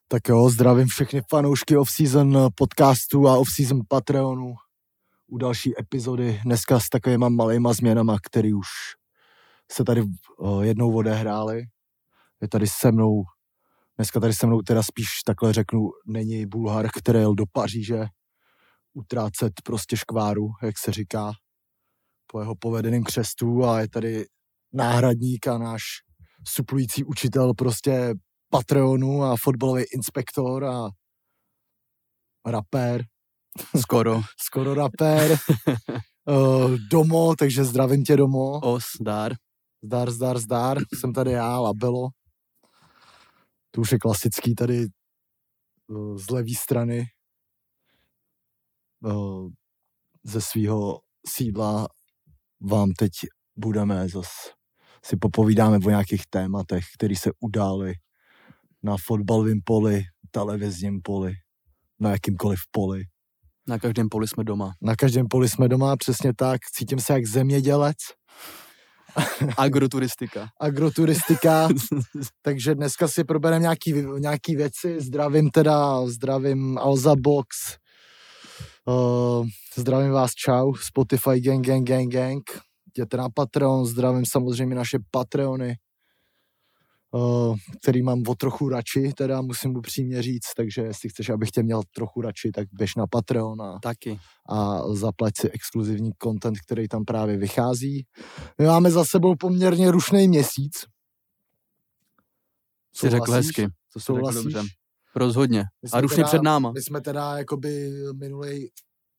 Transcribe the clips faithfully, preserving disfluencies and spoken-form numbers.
Tak jo, zdravím všechny fanoušky off-season podcastu a off-season Patreonu u další epizody. Dneska s takovýma malejma změnama, který už se tady uh, jednou odehrály. Je tady se mnou, dneska tady se mnou teda spíš takhle řeknu, není Bulhar, který jel do Paříže utrácet prostě škváru, jak se říká, po jeho povedeným křestu, a je tady náhradník a náš suplující učitel prostě Patreonu a fotbalový inspektor a rapér. Skoro. Skoro rapér. uh, Domo, takže zdravím tě, Domo. Os, zdar. Zdar, zdar, zdar. Jsem tady já, Labelo. To už je klasický tady uh, z levé strany uh, ze svého sídla vám teď budeme zas si popovídáme o nějakých tématech, které se udály na fotbalovém poli, televizním poli, na jakýmkoliv poli. Na každém poli jsme doma. Na každém poli jsme doma, přesně tak. Cítím se jak zemědělec. Agroturistika. Agroturistika. Takže dneska si probereme nějaký, nějaký věci. Zdravím teda, zdravím Alza Box. Uh, zdravím vás, čau. Spotify gang, gang, gang, gang. Jděte na Patreon, zdravím samozřejmě naše Patreony, uh, který mám o trochu radši, teda musím upřímně říct, takže jestli chceš, abych tě měl trochu radši, tak běž na Patreon a, Taky. a zaplať si exkluzivní content, který tam právě vychází. My máme za sebou poměrně rušný měsíc. Jsi řekl hezky. To souhlasíš? Řekl dobře. Rozhodně. A rušně před náma. My jsme teda jakoby minulej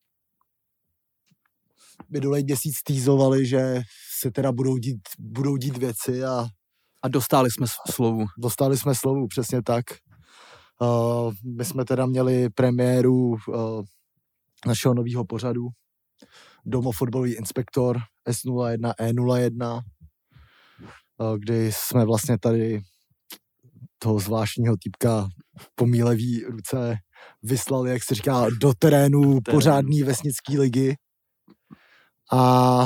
minulej měsíc týzovali, že se teda budou dít, budou dít věci a A dostali jsme slovu. Dostali jsme slovu, přesně tak. Uh, my jsme teda měli premiéru uh, našeho nového pořadu Domo fotbalový inspektor S nula jedna E nula jedna, uh, kdy jsme vlastně tady toho zvláštního týpka po mílevý ruce vyslali, jak se říká, do terénu Terén. pořádný vesnický ligy. A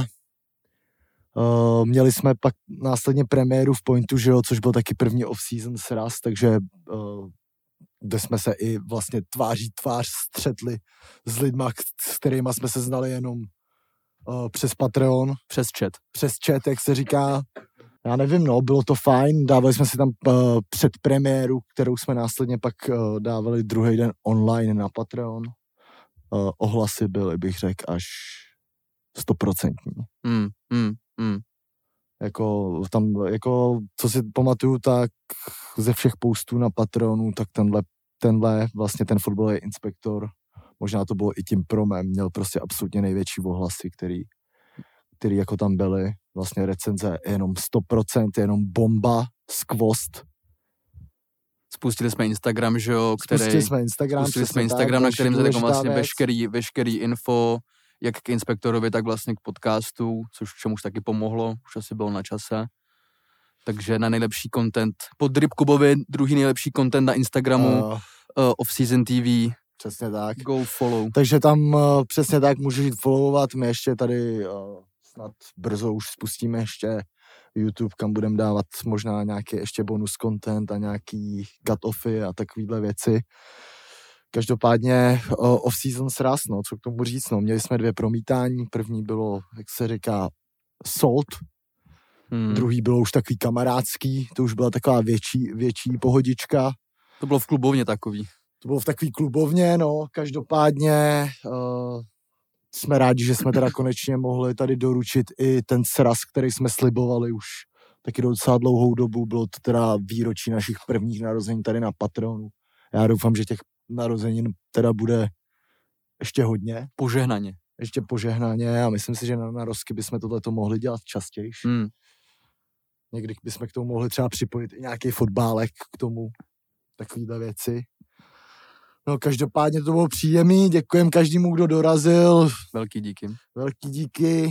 uh, měli jsme pak následně premiéru v Pointu, že jo, což byl taky první off-season sraz, takže uh, kde jsme se i vlastně tváří tvář střetli s lidma, s kterýma jsme se znali jenom uh, přes Patreon. Přes chat. Přes chat, jak se říká. Já nevím, no, bylo to fajn, dávali jsme si tam uh, předpremiéru, kterou jsme následně pak uh, dávali druhý den online na Patreon. Uh, ohlasy byly, bych řekl, až stoprocentní. Mm, mm, mm. Jako tam, jako, co si pamatuju, tak ze všech postů na Patreonu, tak tenhle, tenhle vlastně ten fotbalový inspektor, možná to bylo i tím promem, měl prostě absolutně největší ohlasy, který, který jako tam byly. Vlastně recenze jenom sto procent, jenom bomba, skvost. Spustili jsme Instagram, že jo, který... Spustili jsme Instagram. Spustili jsme Instagram, tak, na kterým se vlastně veškerý, veškerý info, jak k inspektorovi, tak vlastně k podcastu, což čemuž taky pomohlo, už asi bylo na čase. Takže na nejlepší content, pod Drip Kubovi druhý nejlepší content na Instagramu, uh, uh, Off-Season T V. Přesně tak. Go follow. Takže tam uh, přesně tak můžeš jít followovat, my ještě tady uh, snad brzo už spustíme ještě YouTube, kam budeme dávat možná nějaký ještě bonus content a nějaký cut-offy a takovýhle věci. Každopádně uh, off-season sraz, no, co k tomu říct, no, měli jsme dvě promítání, první bylo, jak se říká, sold, hmm. druhý bylo už takový kamarádský, to už byla taková větší, větší pohodička. To bylo v klubovně takový. To bylo v takový klubovně, no, každopádně uh, jsme rádi, že jsme teda konečně mohli tady doručit i ten sraz, který jsme slibovali už taky docela dlouhou dobu, bylo to teda výročí našich prvních narození tady na Patreonu. Já doufám, že těch narozenin teda bude ještě hodně. Požehnaně. Ještě požehnaně a myslím si, že na narozky bychom tohleto mohli dělat častěji. Hmm. Někdy bychom k tomu mohli třeba připojit i nějaký fotbálek k tomu, takovýhle věci. No každopádně to bylo příjemný, děkujem každému, kdo dorazil. Velký díky. Velký díky.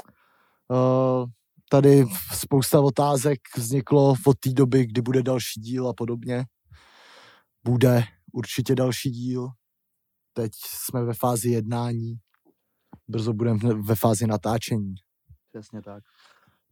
Uh, tady spousta otázek vzniklo od té doby, kdy bude další díl a podobně. Bude určitě další díl. Teď jsme ve fázi jednání. Brzo budeme ve fázi natáčení. Přesně tak.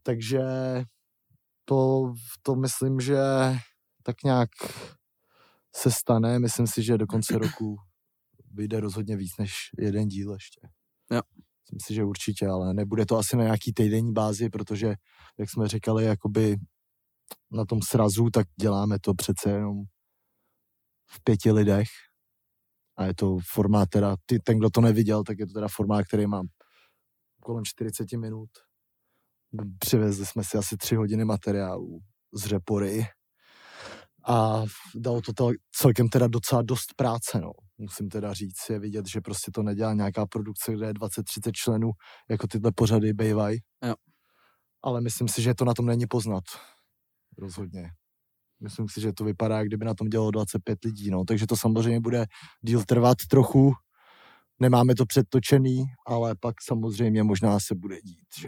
Takže to, to myslím, že tak nějak se stane. Myslím si, že do konce roku vyjde rozhodně víc než jeden díl ještě. Jo. Myslím si, že určitě, ale nebude to asi na nějaký týdenní bázi, protože, jak jsme říkali, jakoby na tom srazu, tak děláme to přece jenom v pěti lidech. A je to formát teda, ty, ten, kdo to neviděl, tak je to teda formát, který mám kolem čtyřicet minut. Přivezli jsme si asi tři hodiny materiálu z Řepory a dalo to celkem teda docela dost práce, no. Musím teda říct, je vidět, že prostě to nedělá nějaká produkce, kde je dvacet třicet členů, jako tyhle pořady bejvaj. Jo. Ale myslím si, že to na tom není poznat. Rozhodně. Myslím si, že to vypadá, jak kdyby na tom dělalo dvacet pět lidí, no. Takže to samozřejmě bude díl trvat trochu. Nemáme to předtočený, ale pak samozřejmě možná se bude dít, že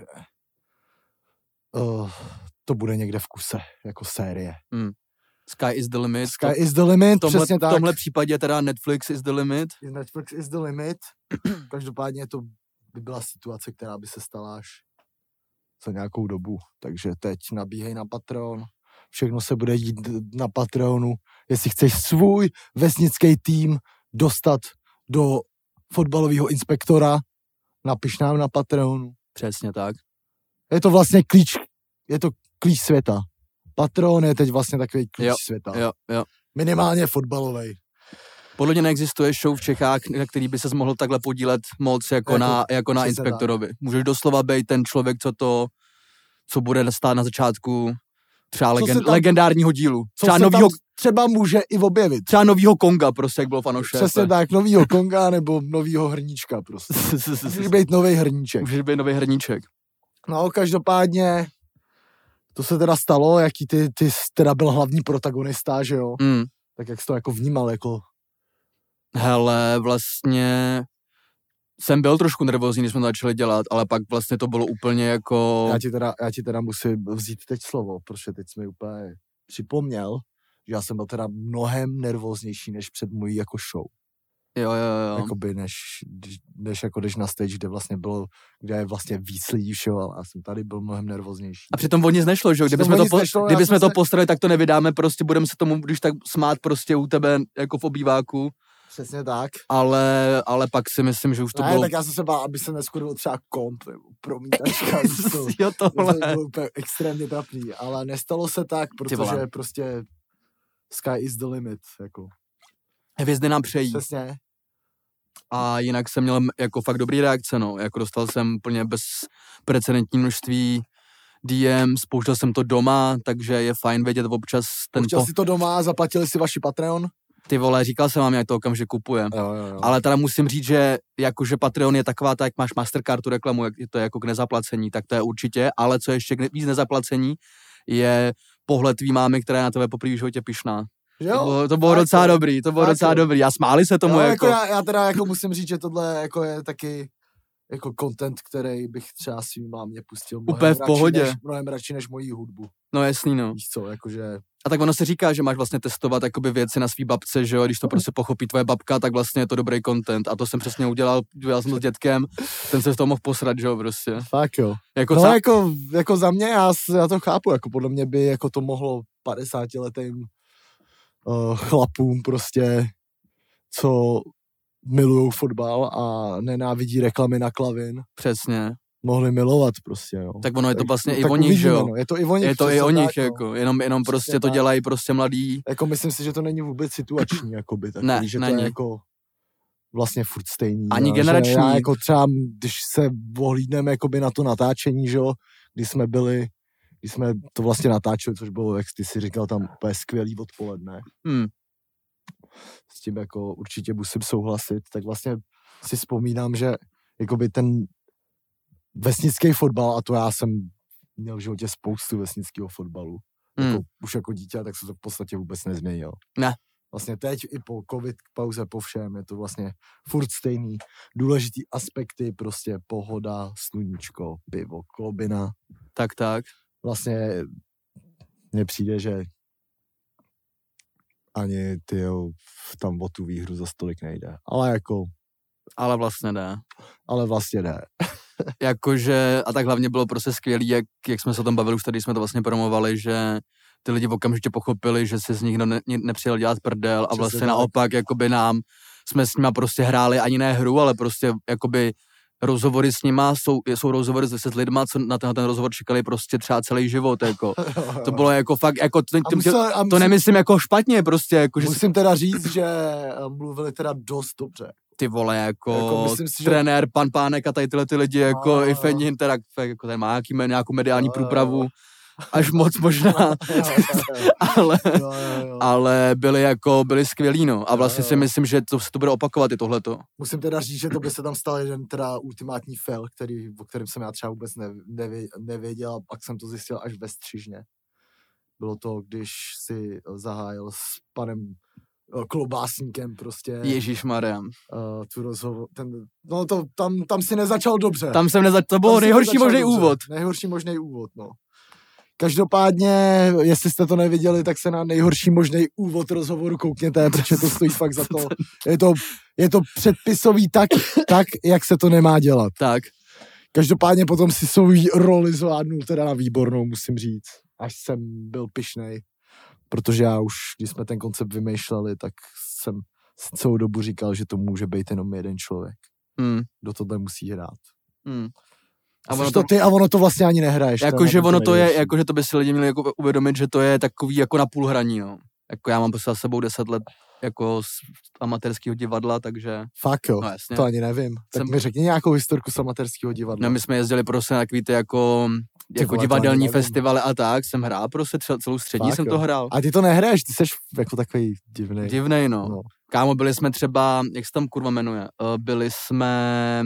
uh, to bude někde v kuse, jako série. Hmm. Sky is the limit. Sky to, is the limit, tomhle, přesně tak. V tomhle případě teda Netflix is the limit. Netflix is the limit. Každopádně to by byla situace, která by se stala až za nějakou dobu. Takže teď nabíhej na Patreon. Všechno se bude dít na Patreonu. Jestli chceš svůj vesnický tým dostat do fotbalového inspektora, napiš nám na Patreonu. Přesně tak. Je to vlastně klíč, je to klíč světa. Patreon je teď vlastně takový klíč jo, světa. Jo, jo. Minimálně fotbalovej. Podle mě neexistuje show v Čechách, na který by ses mohl takhle podílet moc jako, jako na, jako na inspektorovi. Tak. Můžeš doslova být ten člověk, co to, co bude stát na začátku třeba legend, tam, legendárního dílu. Třeba, novýho, třeba může i objevit. Třeba novýho Konga, prostě, jak bylo fanošéf. Přesně tak, novýho Konga nebo novýho hrníčka prostě. Můžeš být nový hrníček. Můžeš být nový hrníček. No, každopádně to se teda stalo, jaký ty, ty teda byl hlavní protagonista, že jo? Mm. Tak jak jsi to jako vnímal, jako... Hele, vlastně jsem byl trošku nervózní, když jsme to začali dělat, ale pak vlastně to bylo úplně jako... Já ti teda, já ti teda musím vzít teď slovo, protože teď jsi mi úplně připomněl, že já jsem byl teda mnohem nervóznější než před mojí jako show. Jo, jo, jo. Jakoby než, než jako jdeš na stage, kde vlastně bylo, kde je vlastně víc lidí všeho, ale já jsem tady byl mnohem nervóznější. A přitom o nic nešlo, že jo? Kdyby jsme to, po, nešlo, kdyby jsme to se... postrali, tak to nevydáme, prostě budeme se tomu, když tak smát prostě u tebe jako v obýváku. Přesně tak. Ale, ale pak si myslím, že už to ne, bylo... tak já jsem se bál, aby se neskuril třeba komp, nebo promítačka. to, jo, tohle. To bylo úplně extrémně trapný, ale nestalo se tak, protože prostě sky is the limit, jako. Hvězdy nám přejí. Přesně. A jinak jsem měl jako fakt dobrý reakce, no. Jako dostal jsem úplně bezprecedentní množství D M, spouštěl jsem to doma, takže je fajn vědět občas ten... Pouštěl po... si to doma, zaplatili si vaši Patreon? Ty vole, říkal jsem vám, jak to okamžitě kupuje. Jo, jo, jo. Ale teda musím říct, že jakože Patreon je taková, tak jak máš Mastercardu reklamu, jak to je jako k nezaplacení, tak to je určitě, ale co ještě víc nezaplacení, je pohled tvý mámy, která je na tebe poprvé v životě pyšná. Jo, to bylo, to bylo docela to, dobrý, to bylo docela to. dobrý. Já smáli se tomu jo, jako... jako já, já teda jako musím říct, že tohle jako je taky jako content, který bych třeba svým mámě pustil úplně v pohodě. Než, mnohem radši než mojí hudbu. No jasný, no. Víš co, jakože... A tak ono se říká, že máš vlastně testovat jakoby věci na svý babce, že jo, když to prostě pochopí tvoje babka, tak vlastně je to dobrý content. A to jsem přesně udělal, udělal jsem to s dětkem, ten se z toho mohl posrat, že jo, prostě. Fakt jo. Jako no za... jako, jako za mě, já, já to chápu, jako podle mě by jako to mohlo padesátiletým uh, chlapům prostě, co milujou fotbal a nenávidí reklamy na klavin. Přesně. Mohli milovat prostě, jo. Tak ono je to tak, vlastně no, i o nich, že jo. No. Je to i o nich. Je to i o nich, tak, jako. No. Jenom, jenom prostě to tak. dělají prostě mladí. Jako myslím si, že to není vůbec situační, jakoby. Takový, ne, že není. to je jako vlastně furt stejný. Ani jo, generační. Já jako třeba, když se ohlídneme jakoby na to natáčení, že jo, když jsme byli, když jsme to vlastně natáčeli, což bylo, jak ty si říkal, tam úplně skvělý odpoledne. Hmm. S tím jako určitě musím souhlasit, tak vlastně si vzpomínám, že jakoby ten vesnický fotbal, a to já jsem měl v životě spoustu vesnického fotbalu, hmm. jako, už jako dítě, tak se to v podstatě vůbec nezměnilo. Ne. Vlastně teď i po covid pauze, po všem, je to vlastně furt stejný. Důležitý aspekty, prostě pohoda, sluníčko, pivo, klobina. Tak, tak. Vlastně mně přijde, že ani tyjo, tam o tu výhru za stolik nejde. Ale jako... Ale vlastně ne. Ale vlastně ne. Jakože, a tak hlavně bylo prostě skvělý, jak, jak jsme se o tom bavili už tady, jsme to vlastně promovali, že ty lidi okamžitě pochopili, že se z nich ne, nepřijel dělat prdel a Přesně vlastně tak. naopak jakoby nám, jsme s nima prostě hráli ani ne hru, ale prostě jakoby rozhovory s nima jsou, jsou rozhovory s deset lidma, co na ten, ten rozhovor čekali prostě třeba celý život, jako. To bylo jako fakt, jako, to, to, musel, to musel, nemyslím jako špatně, prostě, jako, že musím si... teda říct, že mluvili teda dost dobře. Ty vole, jako, jako myslím si, trenér, že... pan Pánek a tady tyhle ty lidi, jako a, i Fenin, teda jako ten má nějaký, nějakou mediální a, průpravu, až moc možná, ale, jo, jo, jo. ale byli jako, byli skvělí, no. A vlastně jo, jo. si myslím, že to se to bude opakovat i tohleto. Musím teda říct, že to by se tam stal jeden teda ultimátní fail, který, o kterém jsem já třeba vůbec nevě, nevěděl a pak jsem to zjistil až ve střižně. Bylo to, když si zahájil s panem Klobásníkem prostě. Ježišmarja. Uh, tu rozhovor, ten, no to, tam, tam si nezačal dobře. Tam jsem nezačal, to bylo nejhorší možný úvod. Nejhorší možný úvod, no. Každopádně, jestli jste to neviděli, tak se na nejhorší možný úvod rozhovoru koukněte, protože to stojí fakt za to. Je to, je to předpisový tak, tak, jak se to nemá dělat. Tak. Každopádně potom si svou roli zvládnul teda na výbornou, musím říct. Až jsem byl pyšnej. Protože já už, když jsme ten koncept vymýšleli, tak jsem celou dobu říkal, že to může být jenom jeden člověk. Mm. Kdo tohle musí hrát. Mm. A ono to, ty, a ono to vlastně ani nehraješ. Jakože ono to je, jakože to by si lidi měli jako uvědomit, že to je takový jako na půl hraní, no. Jako já mám prostě za sebou deset let jako z amatérského divadla, takže... Fakt jo, no, to ani nevím. Tak jsem... mi řekni nějakou historku z amatérského divadla. No my jsme jezdili prostě na takový ty jako, jako divadelní festivaly a tak, jsem hrál prostě třeba celou střední Fakt jsem jo. to hrál. A ty to nehraješ, ty jsi jako takový divnej. Divnej, no. no. Kámo, byli jsme třeba, jak se tam kurva jmenuje, uh, byli jsme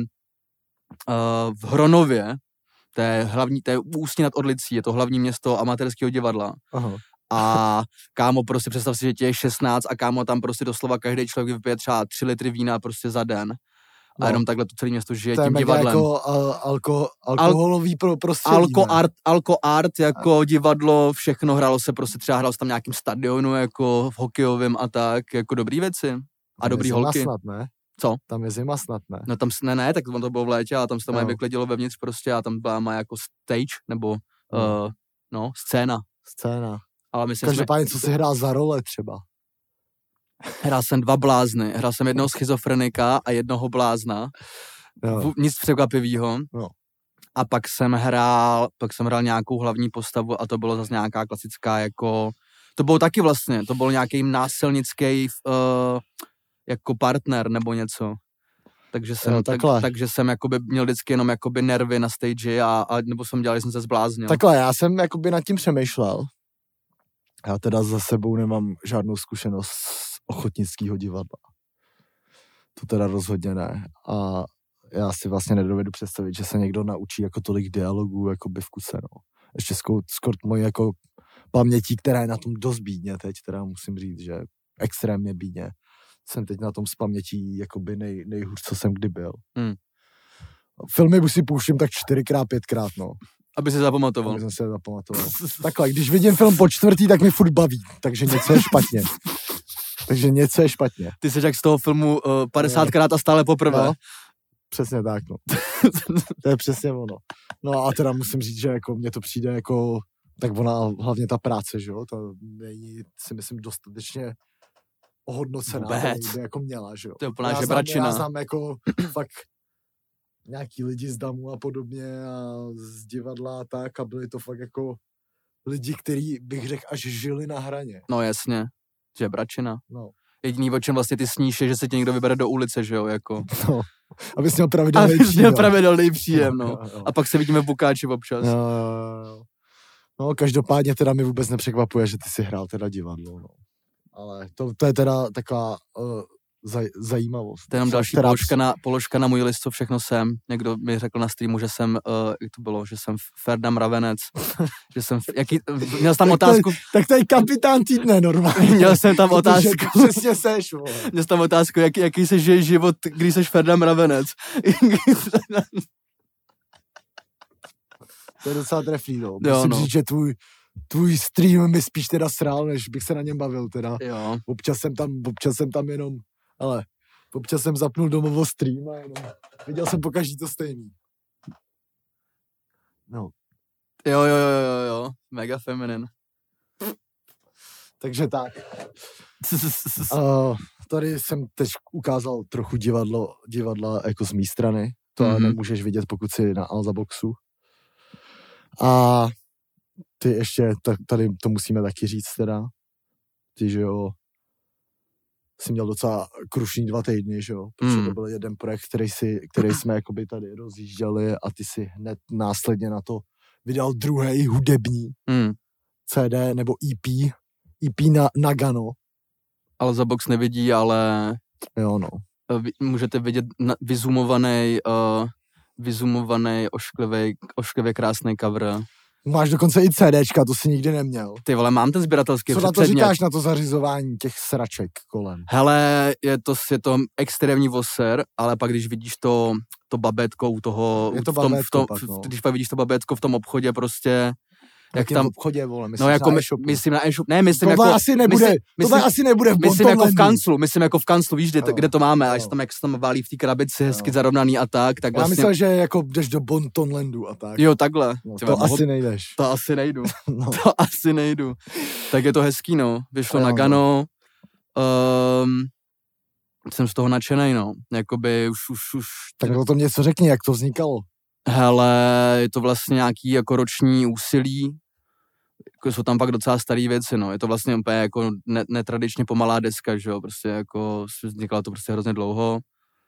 uh, v Hronově, to je hlavní, to je Ústí nad Orlicí, je to hlavní město amatérského divadla. Aha. A kámo, prostě představ si, že tě je šestnáct a kámo, tam prostě doslova každý člověk vypije třeba tři litry vína prostě za den. A no. jenom takhle to celé město žije to tím divadlem. Jako uh, alko, alkoholový Al, prostředí. Alko art, alko art, jako a... divadlo, všechno hrálo se prostě, třeba hrálo se tam nějakým stadionu, jako v hokejovém a tak, jako dobrý věci. A tam dobrý holky. Snad, ne? Co? Tam je zima snad, ne? No tam, ne, ne, tak on to bylo v létě a tam se tam no. vyklidilo vevnitř prostě a tam byla má jako stage, nebo no, uh, no scéna. Scéna. Ale myslím, Každopádně, jsme... co jsi hrál za role třeba? Hrál jsem dva blázny. Hrál jsem jednoho schizofrenika a jednoho blázna. Jo. Nic překvapivýho. Jo. A pak jsem hrál, pak jsem hrál nějakou hlavní postavu a to bylo zase nějaká klasická jako, to bylo taky vlastně, to byl nějaký násilnický uh, jako partner nebo něco. Takže jsem, jo, tak, takže jsem jakoby měl vždycky jenom jakoby nervy na stage a, a nebo jsem dělal, že jsem se zbláznil. Takhle, já jsem jakoby nad tím přemýšlel. Já teda za sebou nemám žádnou zkušenost z ochotnického divadla. To teda rozhodně ne. A já si vlastně nedovedu představit, že se někdo naučí jako tolik dialogů jakoby v kuse, no. Ještě skoro moje jako pamětí, která je na tom dost bídně teď, teda musím říct, že extrémně bídně. Jsem teď na tom z pamětí jakoby nej, nejhůř, co jsem kdy byl. Hmm. Filmy už si pouštím tak čtyřikrát, pětkrát, no. Aby se zapamatoval. Aby jsem se zapamatoval. Takhle, když vidím film po čtvrtý, tak mi furt baví, takže něco je špatně. Takže něco je špatně. Ty jsi jak z toho filmu uh, padesátkrát a stále poprvé. No, přesně tak, no. To je přesně ono. No a teda musím říct, že jako mně to přijde jako, tak ona, hlavně ta práce, že jo, to není, si myslím, dostatečně ohodnocená, by jako měla, že jo. To je úplná žebračina. Já znám jako fakt nějaký lidi z damu a podobně a z divadla a tak a byli to fakt jako lidi, kteří bych řekl až žili na hraně. No jasně, žebračina. No. Jediný, o čem vlastně ty sníš, je, že se tě někdo vybere do ulice, že jo, jako. No, abys měl pravidelný příjem. Abys měl pravidelný příjem, no. Jo, jo. A pak se vidíme v Bukáči občas. Jo, jo, jo. No, každopádně teda mi vůbec nepřekvapuje, že ty si hrál teda divadlo, no. Ale to, to je teda taková uh, zaj, zajímavost. To je jenom další teda... položka, na, položka na můj list, co všechno jsem. Někdo mi řekl na streamu, že jsem, uh, jak to bylo, že jsem Ferdinand Ravenec, že jsem, jaký, měl jsem tam otázku. Tak to je kapitán týdne normálně. Měl jsem tam otázku. Přesně seš, vole. Měl jsem tam otázku, jaký, jaký se žije život, když seš Ferdinand Ravenec. To je docela trefný, no. Musím jo, no. říct, že tvůj tvůj stream mi spíš teda srál, než bych se na něm bavil teda. Jo. Občas jsem tam, občas jsem tam jenom, ale občas jsem zapnul domovo stream a jenom viděl jsem po každý to stejný. No. Jo, jo, jo, jo, jo, mega feminin. Takže tak. uh, tady jsem teď ukázal trochu divadlo, divadla jako z mý strany. To mm-hmm. nemůžeš vidět, pokud jsi na Alzaboxu. A ty ještě, tady to musíme taky říct teda. Ty, že jo, jsi měl docela krušný dva týdny, že jo? Protože mm. to byl jeden projekt, který, si, který jsme jakoby tady rozjížděli a ty si hned následně na to vydal druhý hudební mm. C D nebo E P. E P na Nagano. Alzabox nevidí, ale jo, no. Vy, můžete vidět na, vyzumovaný, uh, vyzumovaný, ošklivý, ošklivě krásný cover. Máš dokonce i CDčka, to jsi nikdy neměl. Ty vole, mám ten sběratelský předmět. Co na to říkáš, na to zařizování těch sraček kolem? Hele, je to, je to extrémní voser, ale pak když vidíš to, to babetko u toho, je to v tom, babetko v tom, pak, no. Když pak vidíš to babetko v tom obchodě prostě, jak tam v obchodě, vole, myslím no, jako na e-shopu. Myslím na e-shop, ne, myslím tohle jako... asi nebude, myslím, tohle asi nebude v Myslím jako v kanclu, kanclu, myslím jako v kanclu, víš, kde, no. kde to máme, no. až tam, jak se tam válí v té krabici, hezky no. zarovnaný a tak, tak Já vlastně... myslel, že jako jdeš do Bontonlandu a tak. Jo, takhle. No, to mohl... asi nejdeš. To asi nejdu, no. to asi nejdu. Tak je to hezký, no, vyšlo jo, na Gano, um, jsem z toho nadšenej, no, jakoby už, už, už... Tak o tom něco řekni, jak to vznikalo. Hele, je to vlastně nějaký jako roční úsilí, jako jsou tam pak docela staré věci, no. Je to vlastně úplně jako ne, netradičně pomalá deska, že jo, prostě jako vznikla to prostě hrozně dlouho.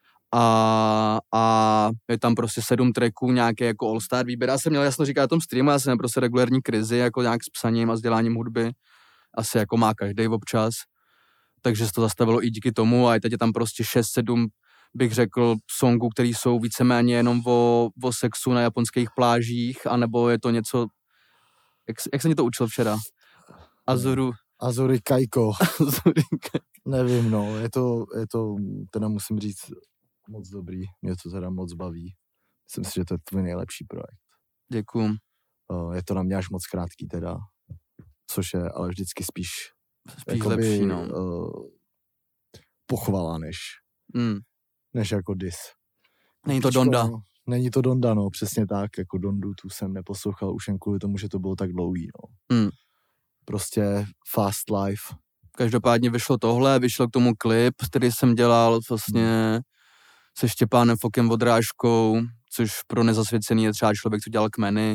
A, a je tam prostě sedm tracků, nějaké jako all-star výběr. Já jsem měl jasno říkat na tom streamu, já jsem prostě regulární krizi, jako nějak s psaním a s děláním hudby. Asi jako má každej občas. Takže se to zastavilo i díky tomu a teď je tam prostě šest sedm, bych řekl, songů, které jsou víceméně jenom o, o sexu na japonských plážích, anebo je to něco. Jak, jak jsem ti to učil včera? Azuru. Azuri Kaiko. Azuri Kaiko. Nevím, no, je to, je to, teda musím říct, moc dobrý. Mě to teda moc baví. Myslím si, že to je tvůj nejlepší projekt. Děkuju. Je to na mě až moc krátký teda, což je ale vždycky spíš, spíš jakoby, lepší, no. Uh, pochvala, než, mm. než jako dis. Není to Donda. No, není to Donda, no, přesně tak, jako Dondu tu jsem neposlouchal už jen kvůli tomu, že to bylo tak dlouhý, no. Mm. Prostě fast life. Každopádně vyšlo tohle, vyšel k tomu klip, který jsem dělal vlastně se Štěpánem Fokem Vodrážkou, což pro nezasvěcený je třeba člověk, co dělal Kmeny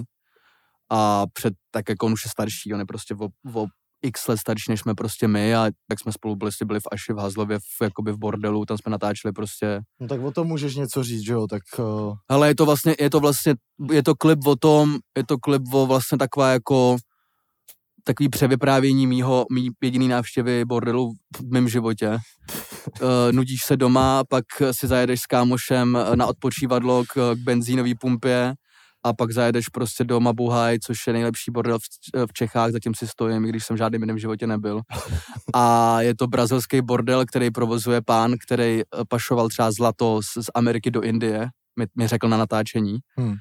a před, tak jako on už je starší, on je prostě o, o x let starší, než jsme prostě my a tak jsme spolu byli, byli v Aši, v Hazlově, v, jakoby v bordelu, tam jsme natáčeli prostě. No tak o tom můžeš něco říct, že jo, tak... Uh... Ale je to vlastně, je to vlastně, je to klip o tom, je to klip o vlastně taková jako takový převyprávění mýho, mý jediný návštěvy bordelu v mém životě. Uh, nudíš se doma, pak si zajedeš s kámošem na odpočívadlo k, k benzínové pumpě a pak zajedeš prostě do Mabuhaj, což je nejlepší bordel v, v Čechách, zatím si stojím, i když jsem v žádném jiném životě nebyl. A je to brazilský bordel, který provozuje pán, který pašoval třeba zlato z, z Ameriky do Indie, mi, mi řekl na natáčení. Hmm.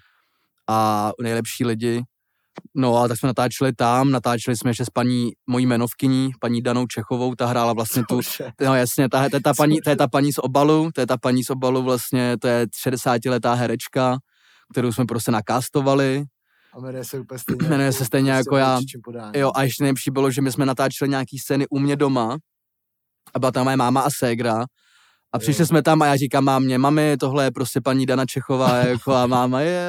A nejlepší lidi. No a tak jsme natáčeli tam, natáčeli jsme ještě s paní mojí jmenovkyní, paní Danou Čechovou, ta hrála vlastně tu, no jasně, ta, to, je ta paní, to je ta paní z obalu, to je ta paní z obalu vlastně, to je šedesátiletá herečka, kterou jsme prostě nakástovali. A jmenuje se úplně stejně. Jmenuje se stejně jako já. Jo, a ještě nejlepší bylo, že my jsme natáčeli nějaký scény u mě doma a byla tam moje máma a ségra. A přišli jo. jsme tam a já říkám mámě, mami, tohle je prostě paní Dana Čechová, jako a máma je.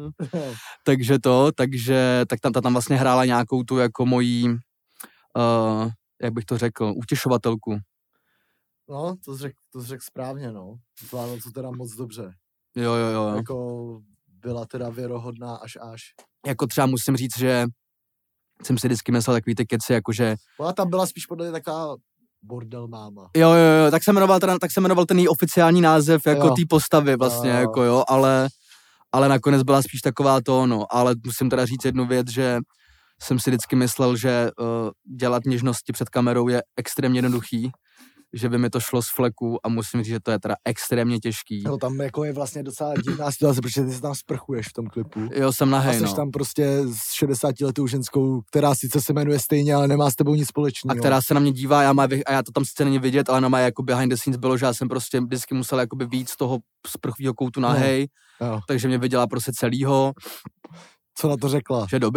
takže to, takže tak tam, ta tam vlastně hrála nějakou tu jako mojí, uh, jak bych to řekl, utěšovatelku. No, to jsi řekl, to jsi řekl správně, no. Zvládl to teda moc dobře. Jo, jo, jo. Jako byla teda věrohodná až až. Jako třeba musím říct, že jsem si vždycky myslel takový ty keci, jakože... Ona tam byla spíš podle taková bordel máma. Jo, jo, jo, tak se jmenoval ten, tak se jmenoval ten její oficiální název jako té postavy vlastně, jo. jako jo, ale, ale nakonec byla spíš taková to, no, ale musím teda říct jednu věc, že jsem si vždycky myslel, že uh, dělat něžnosti před kamerou je extrémně jednoduchý, že by mi to šlo z fleku a musím říct, že to je teda extrémně těžký. No tam jako je vlastně docela divná situace, protože ty se tam sprchuješ v tom klipu. Jo, jsem nahej, a jsi no. tam prostě s šedesátiletou ženskou, která sice se jmenuje stejně, ale nemá s tebou nic společného. A která se na mě dívá já má, a já to tam sice není vidět, ale na má jako behind the scenes bylo, že já jsem prostě vždycky musel jakoby víc z toho sprchovýho koutu nahej, no. takže mě viděla prostě celýho. Co na to řekla? Že dobrý.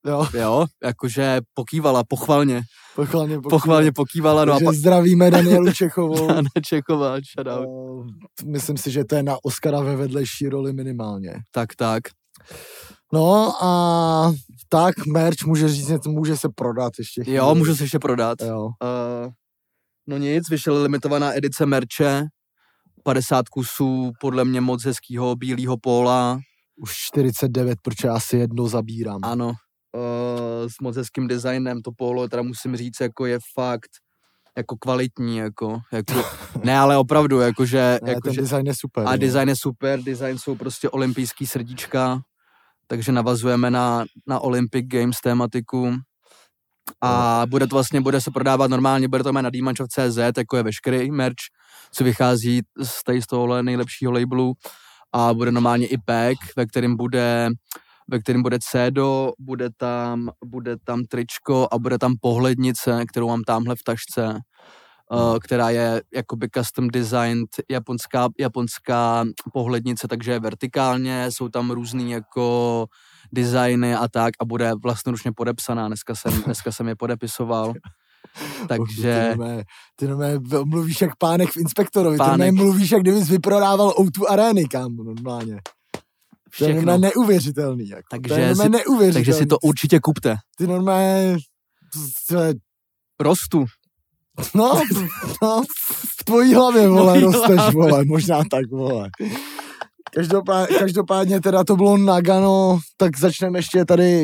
Jo. Jo, jakože pokývala, pochvalně. Pochvalně pokývala. Pochvalně pokývala. No Takže a pa... zdravíme Danielu Čechovou. Dana Čechová, shoutout. Uh, myslím si, že to je na Oscara ve vedlejší roli minimálně. Tak, tak. No a tak, merch může říct, může se prodat ještě. Chvíli. Jo, může se ještě prodat. Jo. Uh, no nic, vyšla limitovaná edice merče, padesát kusů, podle mě moc hezkýho bílýho póla. Už čtyřicet devět, protože já si jedno zabírám. Ano, uh, s moc hezkým designem, to pólo, teda musím říct, jako je fakt jako kvalitní, jako, jako ne, ale opravdu, jakože... Ne, jako, ten že, design je super. A jo. design je super, design jsou prostě olympijský srdíčka, takže navazujeme na, na Olympic Games tématiku a bude to vlastně, bude se prodávat normálně, bude to mít na dmančov tečka cé zet, jako je veškerý merch, co vychází z, tady z tohohle nejlepšího labelu a bude normálně i pack, ve kterém bude ve kterém bude cédo, bude tam, bude tam tričko a bude tam pohlednice, kterou mám tamhle v tašce, uh, která je jakoby custom designed japonská, japonská pohlednice, takže je vertikálně, jsou tam různý jako designy a tak a bude vlastnoručně podepsaná, dneska jsem, dneska jsem je podepisoval. Takže... Ty nové, ty nové mluvíš jak pánek v Inspektorovi, Pánek. ty nové mluvíš jak kdybys vyprodával ó dva Areny, kámo, normálně. To je normálně neuvěřitelný. Jako. Takže, to je normálně si, neuvěřitelný. takže si to určitě kupte. Ty normálně... To je... Rostu. No, no, v tvojí hlavě, vole, Mojí rosteš, hlavě. vole, možná tak, vole. Každopádně, každopádně teda to bylo Nagano, tak začneme ještě tady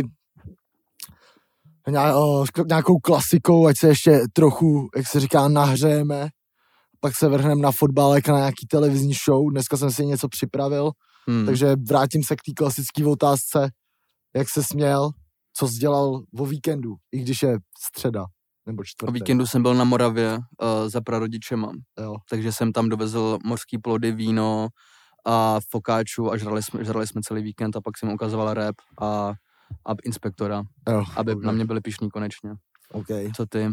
nějakou klasikou, ať se ještě trochu, jak se říká, nahřejeme. Pak se vrhneme na fotbalek, na nějaký televizní show. Dneska jsem si něco připravil, hmm. takže vrátím se k té klasické otázce, jak se směl, co jsi dělal o víkendu, i když je středa nebo čtvrtek. O víkendu jsem byl na Moravě uh, za prarodičema, jo. takže jsem tam dovezl mořský plody, víno a fokáču a žrali jsme, žrali jsme celý víkend a pak jsem ukazoval rap a, a inspektora, jo, aby okay. na mě byli pyšní konečně. Okay. Co ty?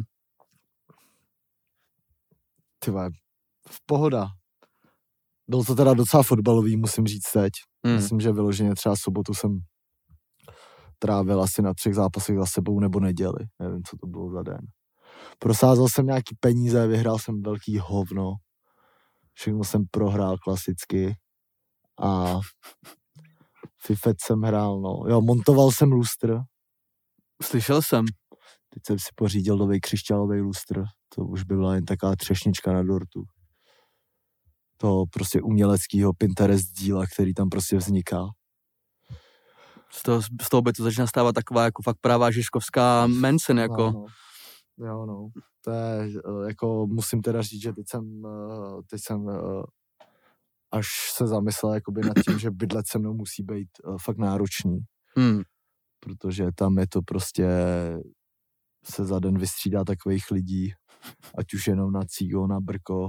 Ty vole, v pohoda. Byl to teda docela fotbalový, musím říct teď. Hmm. Myslím, že vyloženě třeba sobotu jsem trávil asi na třech zápasech za sebou nebo neděli. Nevím, co to bylo za den. Prosázel jsem nějaký peníze, vyhrál jsem velký hovno. Všechno jsem prohrál klasicky. A Fifet jsem hrál, no. Jo, montoval jsem lustr. Slyšel jsem. Teď jsem si pořídil nový křišťálový lustr. To už by byla jen taková třešnička na dortu. To prostě uměleckýho Pinterest díla, který tam prostě vzniká. Z toho, z toho by to začíná stávat taková jako fakt pravá žižkovská Manson, jako. No, no. Jo, no. To je, jako musím teda říct, že teď jsem, teď jsem až se zamyslel jakoby nad tím, že bydlet se mnou musí být fakt náročný. Hmm. Protože tam je to prostě se za den vystřídá takových lidí, ať už jenom na cígo, na brko,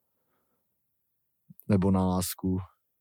nebo na lásku.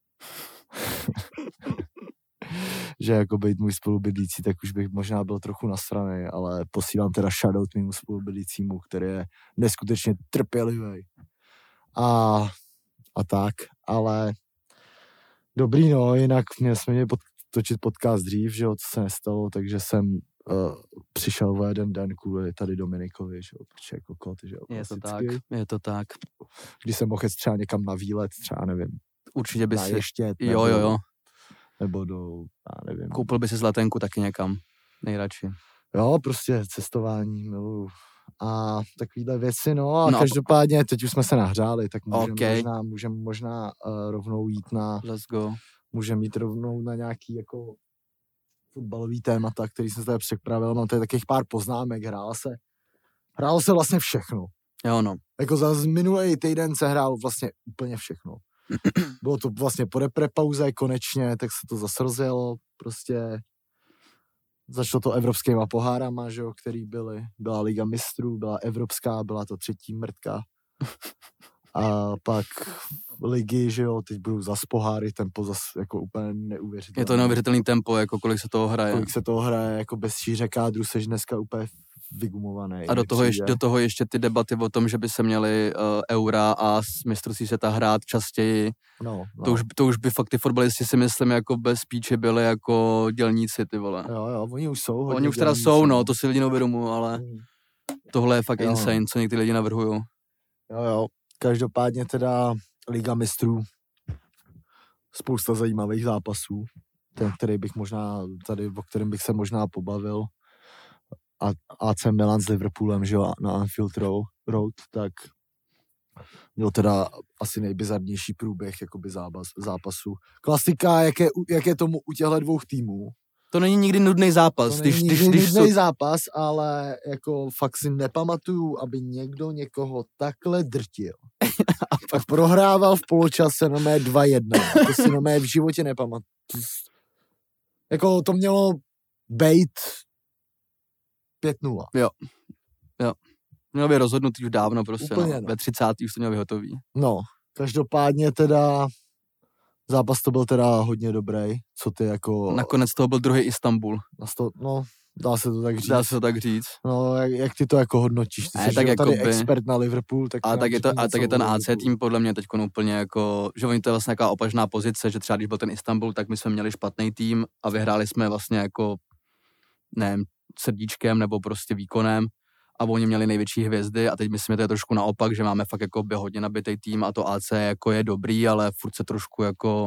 Že jako být můj spolubydlící, tak už bych možná byl trochu nasranej, ale posílám teda shoutout mému spolubydlícímu, který je neskutečně trpělivý. A, a tak, ale dobrý, no, jinak mě jsme měli pod, točit podcast dřív, že jo, to se nestalo, takže jsem uh, přišel o jeden den kvůli tady Dominikovi, že jo, protože jako kot, že jo, je to tak, klasicky. je to tak. Když jsem mohl jít třeba někam na výlet, třeba nevím, určitě by na si, Ještěd, jo, jo, jo. nebo do, já nevím. Koupil by si zlatenku taky někam, nejradši. Jo, prostě cestování miluju. A takovýhle věci, no a no, každopádně teď už jsme se nahřáli, tak můžeme okay. možná, můžem možná uh, rovnou jít na... Let's go. Můžeme jít rovnou na nějaký jako fotbalový témata, který jsem tady připravil. Mám tady takových pár poznámek, hrálo se. Hrálo se vlastně všechno. Jo, no. Jako za minulý týden se hrálo vlastně úplně všechno. Bylo to vlastně po repre pauze konečně, tak se to zase rozjelo. Prostě začalo to evropskýma pohárama, že jo, který byly. Byla Liga mistrů, byla evropská, byla to třetí mrtka. A pak ligy, že jo, teď budou zas poháry, tempo zas jako úplně neuvěřitelné. Je to neuvěřitelný tempo, jako kolik se toho hraje. Kolik se toho hraje, jako bez šíře kádru seš dneska úplně vygumovaný. A do toho, ještě, do toho ještě ty debaty o tom, že by se měly uh, eura a mistrovství světa hrát častěji. No, no. To, už, to už by fakt ty fotbalisti si myslím jako bez píče byli jako dělníci, ty vole. Jo, jo, oni už jsou. Oni už teda jsou, no, to si lidi neuvědomují, ale mm. tohle je fakt jo. insane, co někdy lidi navrhují. Jo, jo. Každopádně teda Liga mistrů. Spousta zajímavých zápasů. Ten, který bych možná tady, o kterém bych se možná pobavil. A A C Milan s Liverpoolem, že jo, na Anfield Road, tak měl teda asi nejbizarnější průběh jakoby zápas, zápasu. Klasika, jak je, jak je tomu u těchto dvou týmů. To není nikdy nudný zápas. To když, není když, nikdy když nudný jsou... zápas, ale jako fakt si nepamatuju, aby někdo někoho takhle drtil. A pak prohrával v poločase na mé dva jedna. To si na mé v životě nepamatuju. Jako to mělo bejt pět nula. Jo, jo. Mělo by rozhodnutý už dávno prostě, Úplně, no. no. Ve třicátém už to mělo vyhotový. No, každopádně teda zápas to byl teda hodně dobrý, co ty jako... Nakonec toho byl druhý Istanbul. Sto... No, dá se to tak říct. Dá se to tak říct. No, jak, jak ty to jako hodnotíš? Ty ne, jsi tak jako tady by... expert na Liverpool, tak... A tak je, to, a tak je ten A C tým podle mě teď úplně jako, že oni to je vlastně nějaká opačná pozice, že třeba když byl ten Istanbul, tak my jsme měli špatný tým a vyhráli jsme vlastně jako, nevím, srdíčkem nebo prostě výkonem a oni měli největší hvězdy a teď myslím, že to je trošku naopak, že máme fakt jako by hodně nabitý tým a to A C jako je dobrý, ale furt se trošku jako,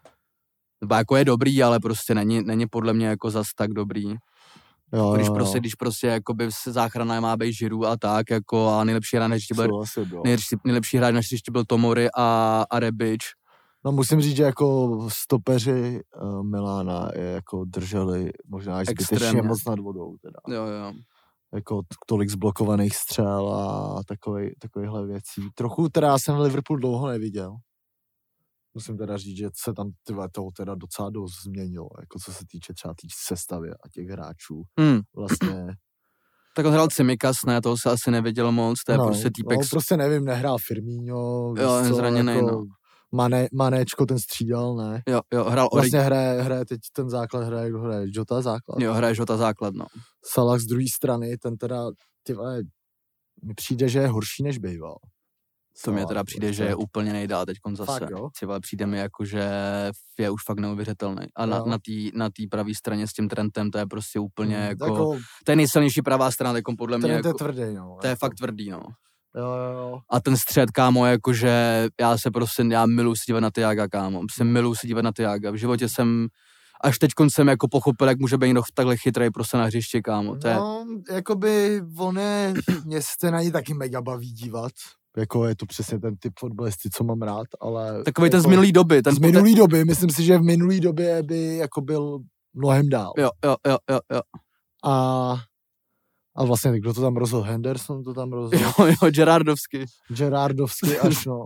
nebo jako je dobrý, ale prostě není, není podle mě jako zas tak dobrý. Jo, když jo, prostě, jo. když prostě jakoby záchrana má být Žiru a tak, jako a nejlepší hráč na hřišti byl, nejlepší, nejlepší hráč na hřišti byl Tomori a, a Rebic. No musím říct, že jako stopeři uh, Milána je jako drželi možná až zbytečně moc nad vodou. Teda. Jo, jo. Jako t- tolik zblokovaných střel a takovej, takovýchhle věcí. Trochu teda jsem Liverpool dlouho neviděl. Musím teda říct, že se tam tyhle toho teda docela dost změnilo, jako co se týče třeba té sestavy a těch hráčů. Hmm. Vlastně... Tak on hrál Tsimikas, ne, toho se asi neviděl moc, to je no, prostě týpek... No, prostě nevím, nehrál Firmino, jo, zraněnej, jako no. Mané, Manéčko ten střídal, ne? Jo, jo, hrál... Vlastně hraje, hraje teď ten základ, hraje, kdo hraje, Jota základ? Jo, hraje Jota základ, no. Salah z druhé strany, ten teda, ty vole, mi přijde, že je horší, než býval. To mě teda přijde, že je úplně nejdál teďkon zase. Fakt, jo? Třeba přijde mi jako, že je už fakt neuvěřitelný. A na, na té na tý pravé straně s tím Trentem to je prostě úplně hmm, jako, jako... To je nejsilnější pravá strana, teďkon podle mě. Trent jako, je tvrdý, no. To je jako. fakt tvrdý, no. Jo, jo, jo. A ten střed, kámo, jakože já se prostě, já miluji se dívat na Thiaga, kámo. Prostě miluji se dívat na Thiaga. V životě jsem, až teďkon jsem jako pochopil, jak může být někdo takhle chytrý prostě na hřišti, kámo. To je... No, jakoby on je, mě se na ní taky mega baví dívat. Jako je to přesně ten typ fotbalisty, co mám rád, ale... Takový jako, ten z minulý doby. Ten z minulý doby, myslím si, že v minulý době by jako byl mnohem dál. Jo, jo, jo, jo, jo. A, a vlastně, kdo to tam rozhodl? Henderson to tam rozhodl? Jo, jo, Gerardovsky. Gerardovsky až, no.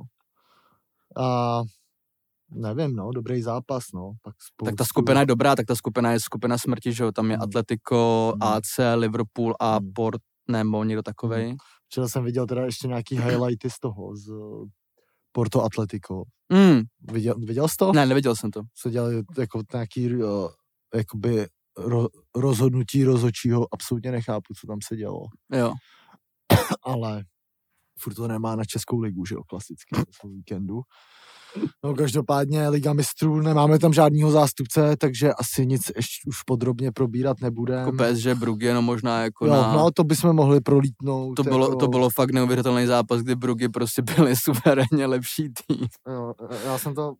A nevím, no, dobrý zápas, no. Pak spoustu... Tak ta skupina je dobrá, tak ta skupina je skupina smrti, že jo, tam je hmm. Atletico, hmm. A C, Liverpool a hmm. Port, nebo někdo takovej. Hmm. Včera jsem viděl teda ještě nějaký highlighty z toho, z Porto Atletico. Mm. Viděl, viděl jsi to? Ne, neviděl jsem to. Co dělali jako nějaký uh, jakoby ro, rozhodnutí rozhodčího, absolutně nechápu, co tam se dělo. Jo. Ale furt to nemá na Českou ligu, že jo, klasicky v víkendu. No každopádně Liga mistrů, nemáme tam žádnýho zástupce, takže asi nic ještě už podrobně probírat nebudeme. Jako P S G Brugge, no možná jako jo, na... no to bychom mohli prolítnout. To bylo, jako... to bylo fakt neuvěřitelný zápas, kdy Brugge prostě byli suverénně lepší tým. Jo, já jsem to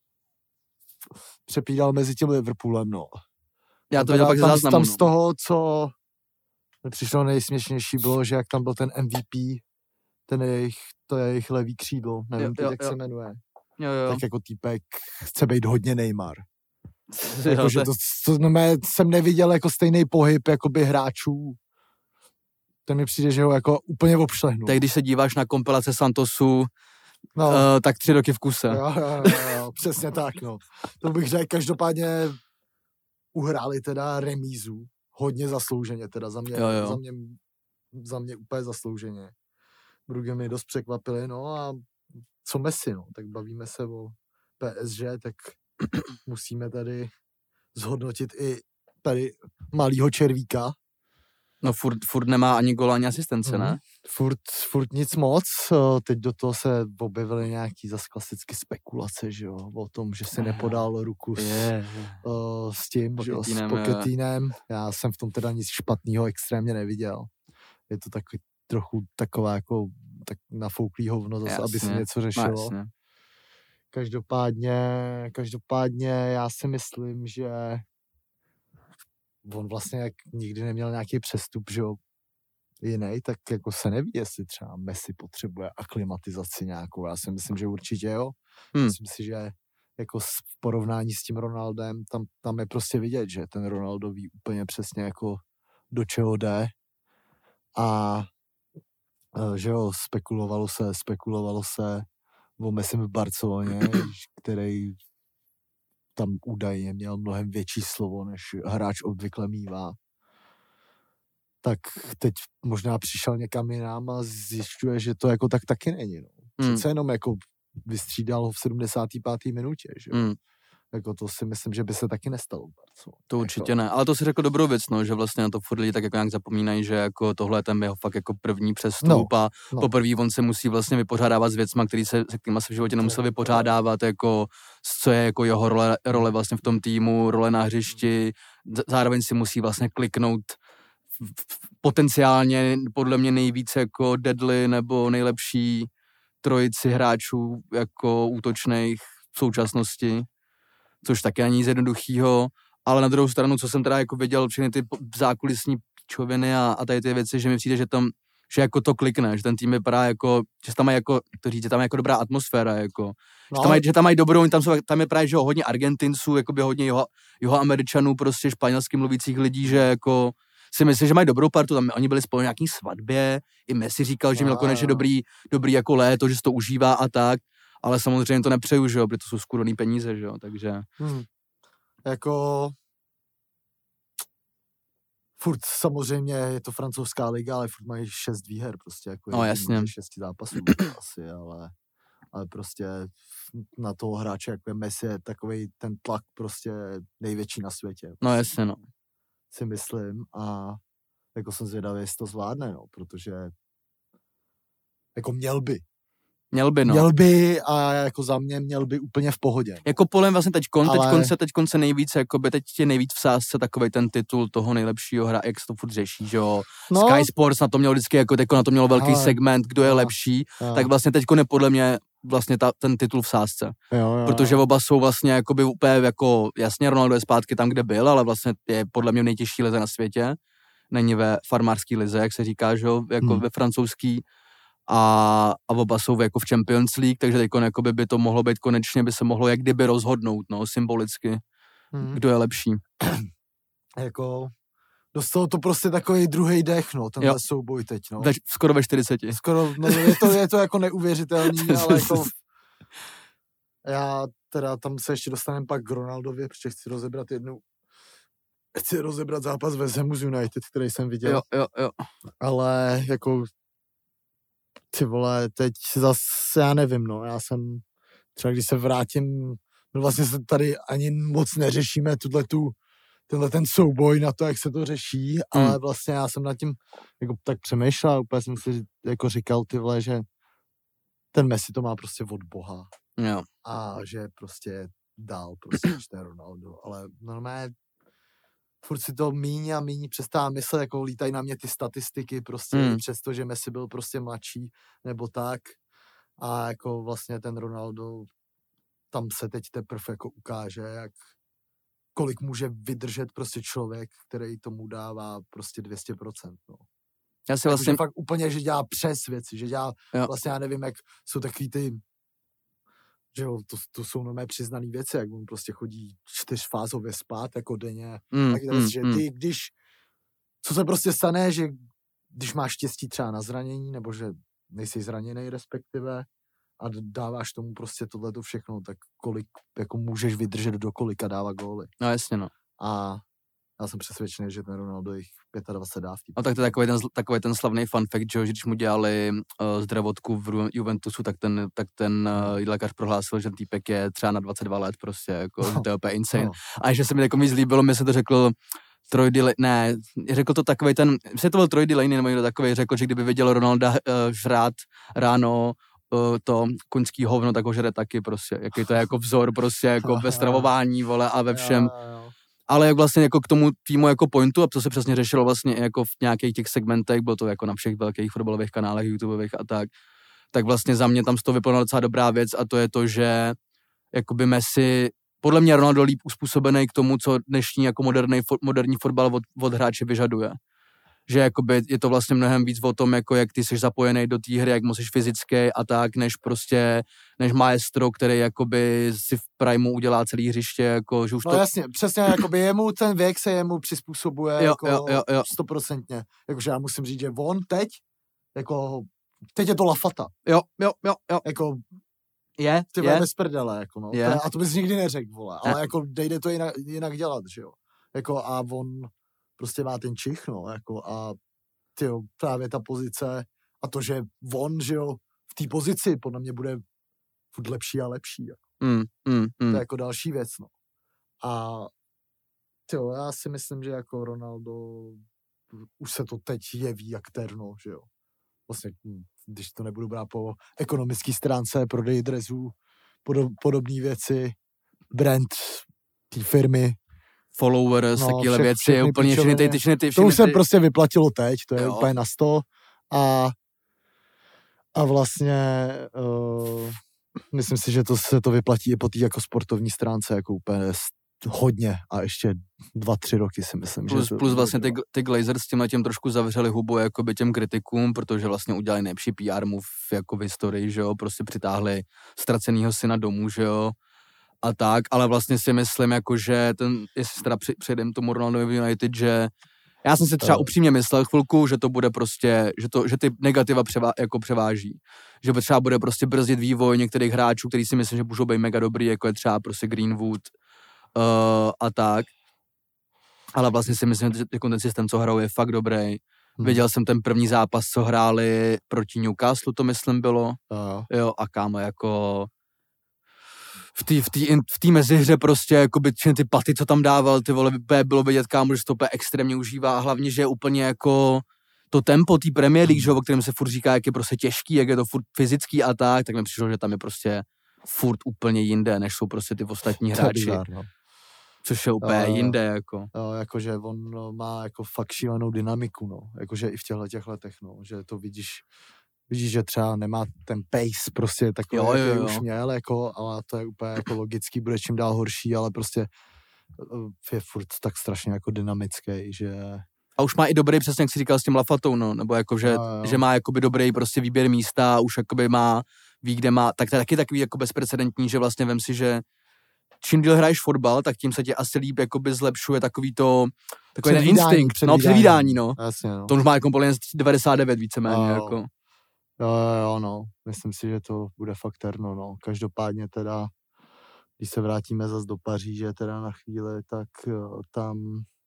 přepídal mezi tím Liverpoolem, no. Já to viděl pak ze záznamu. Tam no. z toho, co mi přišlo nejsměšnější, bylo, že jak tam byl ten M V P, ten jejich, to je jejich levý křídlo, nevím, jo, jo, jak jo. se jmenuje. Jo, jo. Tak jako týpek chce být hodně Neymar. Jo, jako, že to, to, to mé, jsem neviděl jako stejný pohyb jakoby hráčů. Ten mi přijde, že ho jako úplně obšlehnu. Tak když se díváš na kompilace Santosu, no. uh, tak tři roky v kuse. Jo, jo, jo, jo, přesně tak, no. To bych řekl, každopádně uhráli teda remízu. Hodně zaslouženě, teda za mě, jo, jo. za mě, za mě úplně zaslouženě. Brugge mi dost překvapili, no a co Messi, no, tak bavíme se o P S G, tak musíme tady zhodnotit i tady malýho červíka. No furt, furt nemá ani gól, ani asistence, ne? Mm, furt, furt nic moc. Teď do toho se objevily nějaký zas klasicky spekulace, že jo, o tom, že si nepodal ruku s, Je. uh, s tím, že jo, s Pochetinem, Pochetinem. Já jsem v tom teda nic špatného extrémně neviděl. Je to takový trochu taková jako tak nafouklý hovno zase, Jasně, aby se něco řešilo. Jasně. Každopádně, každopádně já si myslím, že on vlastně jak nikdy neměl nějaký přestup, že jo, jiný, tak jako se neví, jestli třeba Messi potřebuje aklimatizaci nějakou. Já si myslím, že určitě jo. Hmm. Myslím si, že jako v porovnání s tím Ronaldem, tam, tam je prostě vidět, že ten Ronaldo ví úplně přesně jako do čeho jde. A že jo, spekulovalo se, spekulovalo se o Messi v Barceloně, který tam údajně měl mnohem větší slovo, než hráč obvykle mívá. Tak teď možná přišel někam jinam a zjišťuje, že to jako tak taky není. No. Přece mm. jenom jako vystřídal ho v sedmdesáté páté minutě, že jo. Mm. Jako to si myslím, že by se taky nestalo. Co? To určitě jako... ne, ale to si řekl dobrou věc, no, že vlastně na to furt lidi tak jako nějak zapomínají, že jako tohle je ten jeho fakt jako první přestup no, a no. poprvé on se musí vlastně vypořádávat s věcma, který se, se kterýma se v životě nemusel vypořádávat, jako co je jako jeho role, role vlastně v tom týmu, role na hřišti, zároveň si musí vlastně kliknout potenciálně podle mě nejvíce jako deadly nebo nejlepší trojici hráčů jako útočných v současnosti, což taky není nic jednoduchýho, ale na druhou stranu, co jsem teda jako viděl, všechny ty zákulisní píčoviny a, a tady ty věci, že mi přijde, že tam, že jako to klikne, že ten tým vypadá jako, že tam mají jako, to říct, že tam je jako dobrá atmosféra, jako, no. že, tam mají, že tam mají dobrou, tam, jsou, tam je právě, že hodně Argentinců, jakoby hodně jeho, jeho Američanů, prostě španělsky mluvících lidí, že jako si myslím, že mají dobrou partu, tam oni byli spolu na nějaký svatbě, i Messi říkal, že měl konečně dobrý, dobrý jako léto, že se to užívá a tak, ale samozřejmě to nepřeju, že jo, protože to jsou skurvený peníze, že jo, takže. Hmm. Jako furt samozřejmě je to francouzská liga, ale furt mají šest výher prostě, jako no, jasně. šesti zápasů asi, ale, ale prostě na toho hráče, jako je Messi, je takovej ten tlak prostě největší na světě. Prostě. No jasně, no. Si myslím a jako jsem zvědavý, jestli to zvládne, no, protože jako měl by. Měl by, no. Měl by a jako za mě měl by úplně v pohodě. Jako polem vlastně teďkon, ale... teďkon se, teďkon se nejvíc, jakoby teď je nejvíc v sázce takovej ten titul toho nejlepšího hra, jak se to furt řeší, že jo. No. Sky Sports na to měl vždycky, jako teďko na to mělo velký ale... segment, kdo je no. lepší, no. tak vlastně teďkon je podle mě vlastně ta, ten titul v sázce. Jo, jo. Protože oba jsou vlastně jakoby úplně jako, jasně Ronaldo je zpátky tam, kde byl, ale vlastně je podle mě nejtěžší lize na světě. Není ve farmářský lize, jak se říká, že jo, jako hmm. ve francouzský. A, a oba jsou jako v Champions League, takže teď jakoby by to mohlo být konečně, by se mohlo jak kdyby rozhodnout, no, symbolicky, hmm. kdo je lepší. Jako, dostalo to prostě takový druhý dech, no, tenhle jo. souboj teď, no. Ve, skoro ve čtyřiceti. Skoro, no, je to, je to jako neuvěřitelný, ale jako, já teda tam se ještě dostaneme pak k Ronaldovi, protože chci rozebrat jednu, chci rozebrat zápas West Hamu z United, který jsem viděl. Jo, jo, jo. Ale jako ty vole, teď zase, já nevím, no, já jsem, třeba když se vrátím, no vlastně se tady ani moc neřešíme tuto, tenhle ten souboj na to, jak se to řeší, hmm. ale vlastně já jsem nad tím jako tak přemýšlel, úplně jsem si jako říkal, ty vole, že ten Messi to má prostě od Boha. Jo. A že prostě dál prostě než ten Ronaldo, ale normálně furt si to míň a míň přestává myslet, jako lítají na mě ty statistiky, prostě mm. přesto, že Messi byl prostě mladší, nebo tak. A jako vlastně ten Ronaldo, tam se teď teprve jako ukáže, jak kolik může vydržet prostě člověk, který tomu dává prostě dvě stě procent, no. Já si vlastně... Jako, fakt úplně, že dělá přes věci, že dělá, jo. vlastně já nevím, jak jsou takový ty, že jo, to, to jsou nové přiznaný věci, jak on prostě chodí čtyřfázově spát, jako denně. Mm, tak mm, že ty, když, co se prostě stane, že když máš štěstí třeba na zranění, nebo že nejsi zraněný respektive a dáváš tomu prostě tohleto všechno, tak kolik jako můžeš vydržet do kolika dává góly. No jasně, no. A Já jsem přesvědčený, že ten Ronaldo jich dvacet pět dá. No tak to je takový ten, takový ten slavný fun fact, že když mu dělali uh, zdravotku v Juventusu, tak ten, tak ten uh, lékař prohlásil, že ten týpek je třeba na dvacet dva let prostě, jako, no. Že to je úplně insane. No. A že se mi jako mi zlíbilo, mi se to řekl Troy Delaney, ne, řekl to takovej ten, myslím, to byl Troy Delaney nebo někdo takovej, řekl, že kdyby viděl Ronalda uh, žrát ráno uh, to koňský hovno, tak ho žere taky prostě, jaký to je jako vzor prostě, jako ve stravování, vole, a ve všem. Ale jak vlastně jako k tomu týmu jako pointu, a to se přesně řešilo vlastně jako v nějakých těch segmentech, bylo to jako na všech velkých fotbalových kanálech, YouTubeových a tak, tak vlastně za mě tam z toho vyplnula docela dobrá věc a to je to, že jakoby Messi, podle mě Ronaldo líp uspůsobený k tomu, co dnešní jako moderní, moderní fotbal od, od hráče vyžaduje. Že jakoby je to vlastně mnohem víc o tom, jako jak ty jsi zapojený do té hry, jak musíš fyzicky a tak, než prostě, než maestro, který jakoby si v primu udělá celý hřiště, jako, že už no to... No jasně, přesně, jakoby jemu ten věk se jemu přizpůsobuje, jo, jako jo, jo, jo. stoprocentně. Jakože já musím říct, že on teď, jako, teď je to lafata. Jo, jo, jo, jo. Jako, je, ty je. bez prdele, jako no. Je. A to bys nikdy neřekl, vole, ale ne. jako jde to jinak, jinak dělat, že jo. Jako a on prostě má ten čich, no, jako a tyjo, právě ta pozice a to, že on, že jo, v té pozici podle mě bude furt lepší a lepší. Jako. Mm, mm, mm. To je jako další věc, no. A tyjo, já si myslím, že jako Ronaldo už se to teď jeví jak terno, že jo. Vlastně, když to nebudu brát po ekonomické stránce, prodej dresů, podob, podobné věci, brand té firmy, followers, no, takovéhle všech, věci, úplně všechny ty, ty, ty, ty, To už ty... se prostě vyplatilo teď, to je jo. úplně na sto a, a vlastně uh, myslím si, že to se to vyplatí i po té jako sportovní stránce, jako úplně hodně a ještě dva, tři roky si myslím. Plus, že to, plus vlastně ty, ty Glazers s tímhle tím trošku zavřeli hubu jakoby těm kritikům, protože vlastně udělali nejlepší P R move jako v historii, že jo, prostě přitáhli ztracenýho syna domů, že jo, a tak, ale vlastně si myslím, jako, že ten, jestli teda přejdem tomu Ronaldovi United, že já jsem si třeba upřímně myslel chvilku, že to bude prostě, že, to, že ty negativa převá, jako převáží. Že třeba bude prostě brzdit vývoj některých hráčů, který si myslím, že můžou být mega dobrý, jako je třeba prostě Greenwood uh, a tak. Ale vlastně si myslím, že ten systém, co hrajou, je fakt dobrý. Hmm. Viděl jsem ten první zápas, co hráli proti Newcastle, to myslím bylo. Uh. Jo, a kámo, jako... v té v tý, v tý mezihře prostě, jakoby ty paty, co tam dával, ty vole, bylo vidět, kámo, že se to úplně extrémně užívá a hlavně, že je úplně jako to tempo té Premier League, že, o kterém se furt říká, jak je prostě těžký, jak je to furt fyzický a tak, tak mi přišlo, že tam je prostě furt úplně jinde, než jsou prostě ty ostatní hráči. Bizar, no. Což je úplně uh, jinde, jako. Uh, jakože on no, má jako fakt šílenou dynamiku, no. Jakože i v těchto těch letech, no. Že to vidíš, vidíš, že třeba nemá ten pace prostě takový, jo, jo, jo. už měl, jako, ale to je úplně jako logický, bude čím dál horší, ale prostě je furt tak strašně jako dynamický, že... A už má i dobrý, přesně jak jsi říkal s tím Lafatou, no, nebo jako, že, no, že má jakoby dobrý prostě výběr místa, už jakoby má, ví, kde má, tak to je taky takový jako bezprecedentní, že vlastně vem si, že čím díl hraješ fotbal, tak tím se tě asi líp jakoby zlepšuje takový to, takový ten instinkt, předvídání. no, předvídání, no. Jasně, no. To už má jako polen devadesát devět víceméně, no. jako. Jo, jo, jo, no. Myslím si, že to bude fakt terno, no. Každopádně teda, když se vrátíme zase do Paříže teda na chvíli, tak jo, tam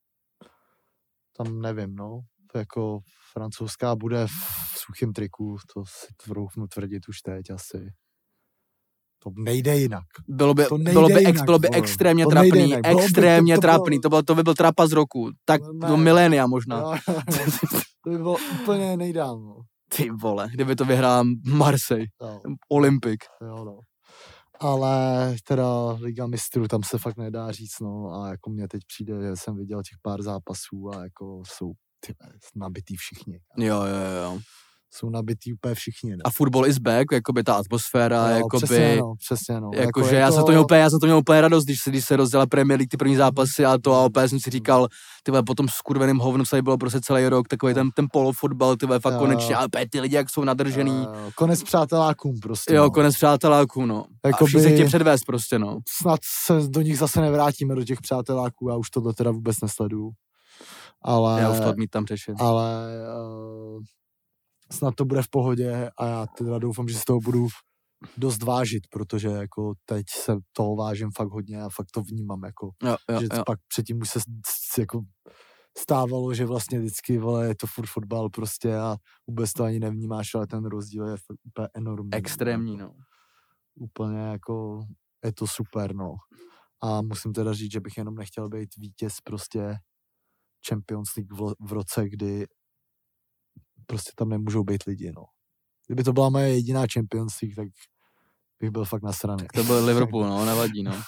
tam nevím, no. Jako francouzská bude v suchém triku, to si troufnu tvrdit už teď asi. To nejde jinak. Bylo by, to bylo by, jinak, ex, bylo by extrémně to trapný, extrémně to, to, to trapný, to, bylo, to by byl trapa z roku, tak ne, do milénia možná. Jo, jo, to by bylo úplně nejdál, no. Ty vole, kdyby to vyhrál Marseille, no. Olympik. Jo, no. Ale teda Liga mistrů, tam se fakt nedá říct, no, a jako mně teď přijde, že jsem viděl těch pár zápasů a jako jsou ty nabitý všichni. Jo, jo, jo. Jsou nabitý úplně všichni, ne? A football is back, jakoby ta atmosféra, no, jakoby... Přesně, no, přesně, no. Jako, jako že já, to... jsem to měl úplně, já jsem to měl úplně radost, když se, když se rozdělala Premier League ty první zápasy a to a opět jsem si říkal, ty vole, po tom skurveným hovnu se bylo prostě celý rok, takový ten, ten polofotbal, ty vole, fakt jo, konečně, ale opět ty lidi, jak jsou nadržený. Jo, konec přátelákům prostě, Jo, no. konec přátelákům, no. Jakoby... A všichni se tě předvést prostě, no. Snad se do nich zase nevrátíme, do těch přáteláků, já už tohle teda vůbec nesleduju. Ale... Já už to odmítám řešit. Ale... Uh... snad to bude v pohodě a já teda doufám, že z toho budu dost vážit, protože jako teď se toho vážím fakt hodně a fakt to vnímám, jako, jo, jo, že jo. pak předtím už se jako stávalo, že vlastně vždycky, vole, je to furt fotbal prostě a vůbec to ani nevnímáš, ale ten rozdíl je úplně enormní. Extrémní, no. Úplně jako, je to super, no. A musím teda říct, že bych jenom nechtěl být vítěz prostě Champions League v, v roce, kdy prostě tam nemůžou být lidi, no. Kdyby to byla moje jediná Champions League, tak bych byl fakt nasraný. Tak to byl Liverpool, no, nevadí, no.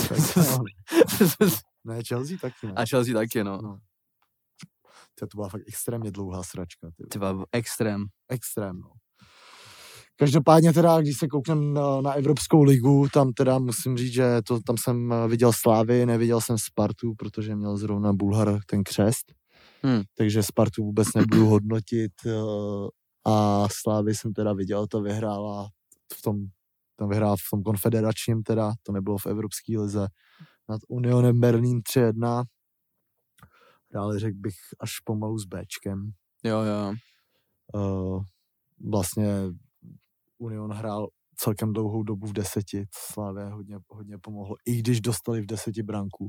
Ne, Chelsea taky, no. A Chelsea taky, no. no. To byla fakt extrémně dlouhá sračka. Ty byla extrém. Extrém, no. Každopádně teda, když se kouknem na, na Evropskou ligu, tam teda musím říct, že to, tam jsem viděl Slávy, neviděl jsem Spartu, protože měl zrovna Bulhar ten křest. Hmm. Takže Spartu vůbec nebudu hodnotit a Slávy jsem teda viděl, to vyhrála v tom, tam vyhrála v tom konfederačním teda, to nebylo v Evropské lize, nad Unionem Berlín tři jedna. Dále řekl bych až pomalu s Béčkem. Jo, jo. Uh, vlastně Union hrál celkem dlouhou dobu v deseti, Slávě hodně, hodně pomohlo, i když dostali v deseti branku.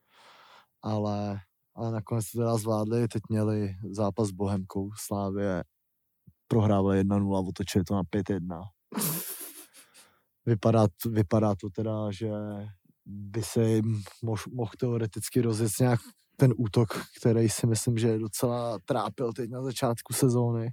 Ale, ale nakonec to teda zvládli, teď měli zápas s Bohemkou, Slávě prohrávali jedna nula, otočili to na pět jedna. Vypadá, vypadá to teda, že by se jim mohl, mohl teoreticky rozjet nějak ten útok, který si myslím, že docela trápil teď na začátku sezóny.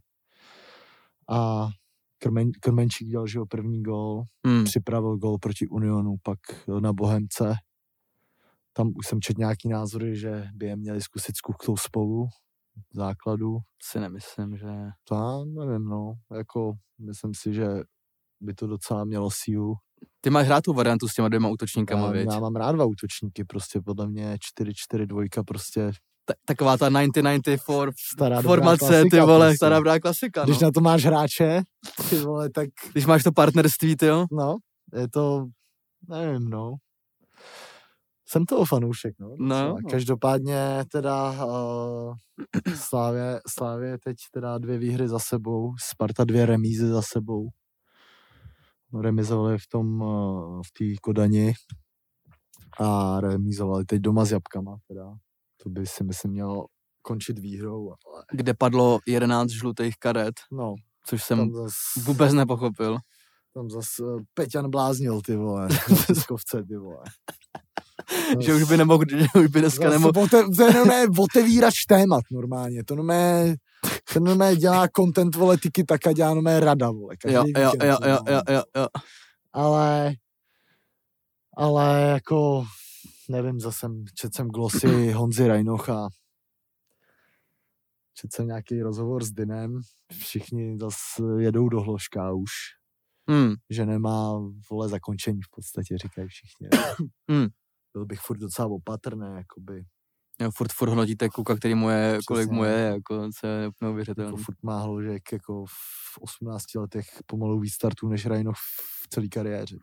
A Krmen, Krmenčík dělal, že jo, první gól, hmm. připravil gól proti Unionu, pak na Bohemce. Tam už jsem četl nějaký názory, že by je měli zkusit s Kuchtou spolu v základu. Si nemyslím, že... To nevím, no. Jako, myslím si, že by to docela mělo sílu. Ty máš rád tu variantu s těma dvěma útočníkama, já, viď? Já mám rád dva útočníky, prostě podle mě čtyři čtyři dva, prostě... Ta, taková ta devatenáct set devadesát čtyři stará formace, ty vole, prostě. Stará dobrá klasika, no. Když na to máš hráče, ty vole, tak... Když máš to partnerství, ty jo? No, je to, nevím, no. Jsem toho fanoušek, no. no. Každopádně teda uh, Slávě, Slávě teď teda dvě výhry za sebou, Sparta dvě remízy za sebou. No, remizovali v tom, uh, v té Kodani a remizovali teď doma s Jabkama, teda. To by si myslím mělo končit výhrou. Ale... Kde padlo jedenáct žlutých karet, no, což jsem zas, vůbec nepochopil. Tam zase uh, Peťan bláznil, ty vole, na tiskovce, ty vole. Že už by nemohl, že už by dneska nemohl. Ote, to je normálně otevírač témat normálně, to normálně, to normálně dělá content, vole, tiki taka, dělá normálně rada, vole. Jo, jo, jo, jo, jo, jo, jo. Ale, ale jako, nevím, zase četl jsem glosy Honzy Rajnocha, četl jsem nějaký rozhovor s Dynem, všichni zase jedou do hložka už, hmm. že nemá, vole, zakončení v podstatě, říkají všichni. hmm. Byl bych furt docela opatrný, jakoby. Jo, furt, furt hodnotíte Kuka, který mu je, kolik mu je, jako, co je neuvěřitelné. Jako furt má hložek, jako v osmnácti letech pomalu víc startů, než Rajnoch v celé kariéře.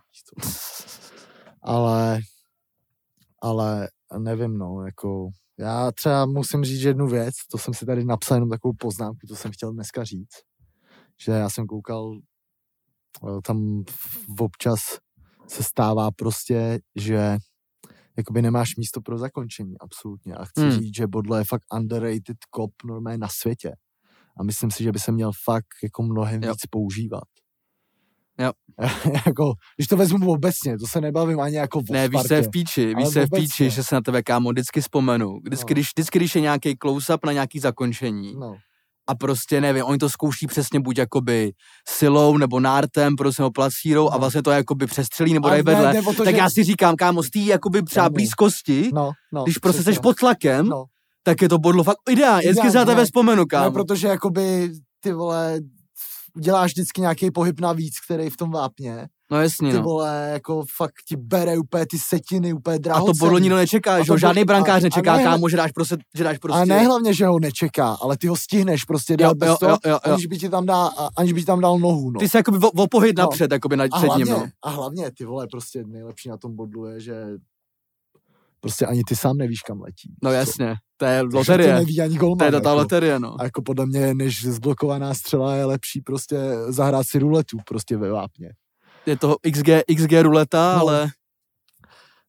ale, ale nevím, no, jako, já třeba musím říct jednu věc, to jsem si tady napsal jenom takovou poznámku, to jsem chtěl dneska říct, že já jsem koukal, tam občas se stává prostě, že jakoby nemáš místo pro zakončení, absolutně. A chci hmm. říct, že Bodle je fakt underrated kop normálně na světě. A myslím si, že by se měl fakt jako mnohem jo. víc používat. Jo. jako, když to vezmu obecně, to se nebavím ani jako o Ne, víš se v píči, víš se v píči, že se na tebe, kámo, vždycky vzpomenu. Vždycky, no. když, vždycky, když je nějaký close-up na nějaký zakončení, no. a prostě nevím, oni to zkouší přesně buď jakoby silou nebo nártem, prostě ho placírou no. a vlastně to jakoby přestřelí nebo dají vedle, ne, to, tak že... já si říkám, kámo, z té jakoby třeba blízkosti, no, no, když prostě přesně. seš pod tlakem, no. tak je to Bodlo fakt ideální, vždycky se na tebe vzpomenu, kámo. No, protože jakoby ty vole, děláš vždycky nějaký pohyb navíc, který v tom vápně. No jasně, ty no. vole, jako fakt ti bere úplně ty setiny, úplně drahocenný. A to Bodlo nikdo nečeká, že žádný brankář nečeká, ne, kámo, že dáš prostě, že dáš prostě. A ne hlavně, že ho nečeká, ale ty ho stihneš prostě dát bez jo, toho, jo, jo, jo. aniž by ti tam dá, aniž by ti tam dal nohu, no. Ty se jakoby opohyt no. napřed, jakoby na, před ním, no. A hlavně, ty vole, prostě nejlepší na tom Bodlu je, že prostě ani ty sám nevíš, kam letí. No jasně, to je loterie. To neví ani golman. To je ta jako, loterie, no. A jako podle mě, než zblokovaná střela je lepší prostě zahrát si ruletu prostě ve vápně. Je to X G, X G ruleta, no, ale...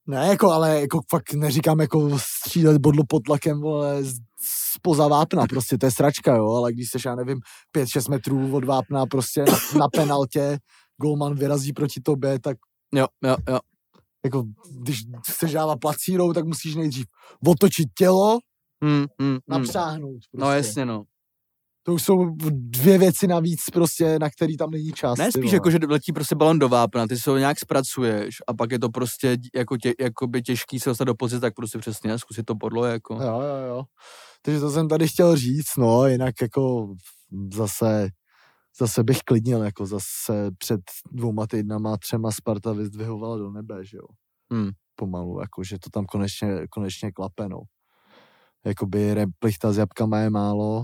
Ne, jako, ale jako fakt neříkám jako střílet bodlo pod tlakem, vole, spoza vápna, prostě to je sračka, jo, ale když seš, já nevím, pět šest metrů od vápna, prostě na, na penaltě, golman vyrazí proti tobě, tak jo, jo, jo. Jako, když chceš dávat placírou, tak musíš nejdřív otočit tělo, mm, mm, napřáhnout. Prostě. No jasně, no. To už jsou dvě věci navíc, prostě, na který tam není čas. Ne, spíš jako, že letí prostě balon do vápna, ty se ho nějak zpracuješ a pak je to prostě jako tě, jakoby těžký se dostat do pozice, tak prostě přesně zkusit to podlo, jako. Jo, jo, jo. Takže to jsem tady chtěl říct, no, jinak jako zase, zase bych klidnil, jako zase před dvouma týdnama, třema Sparta vyzdvihovala do nebe, že jo. Hmm. Pomalu, jako, že to tam konečně, konečně klape, no. Jakoby replichta s jabkama je málo,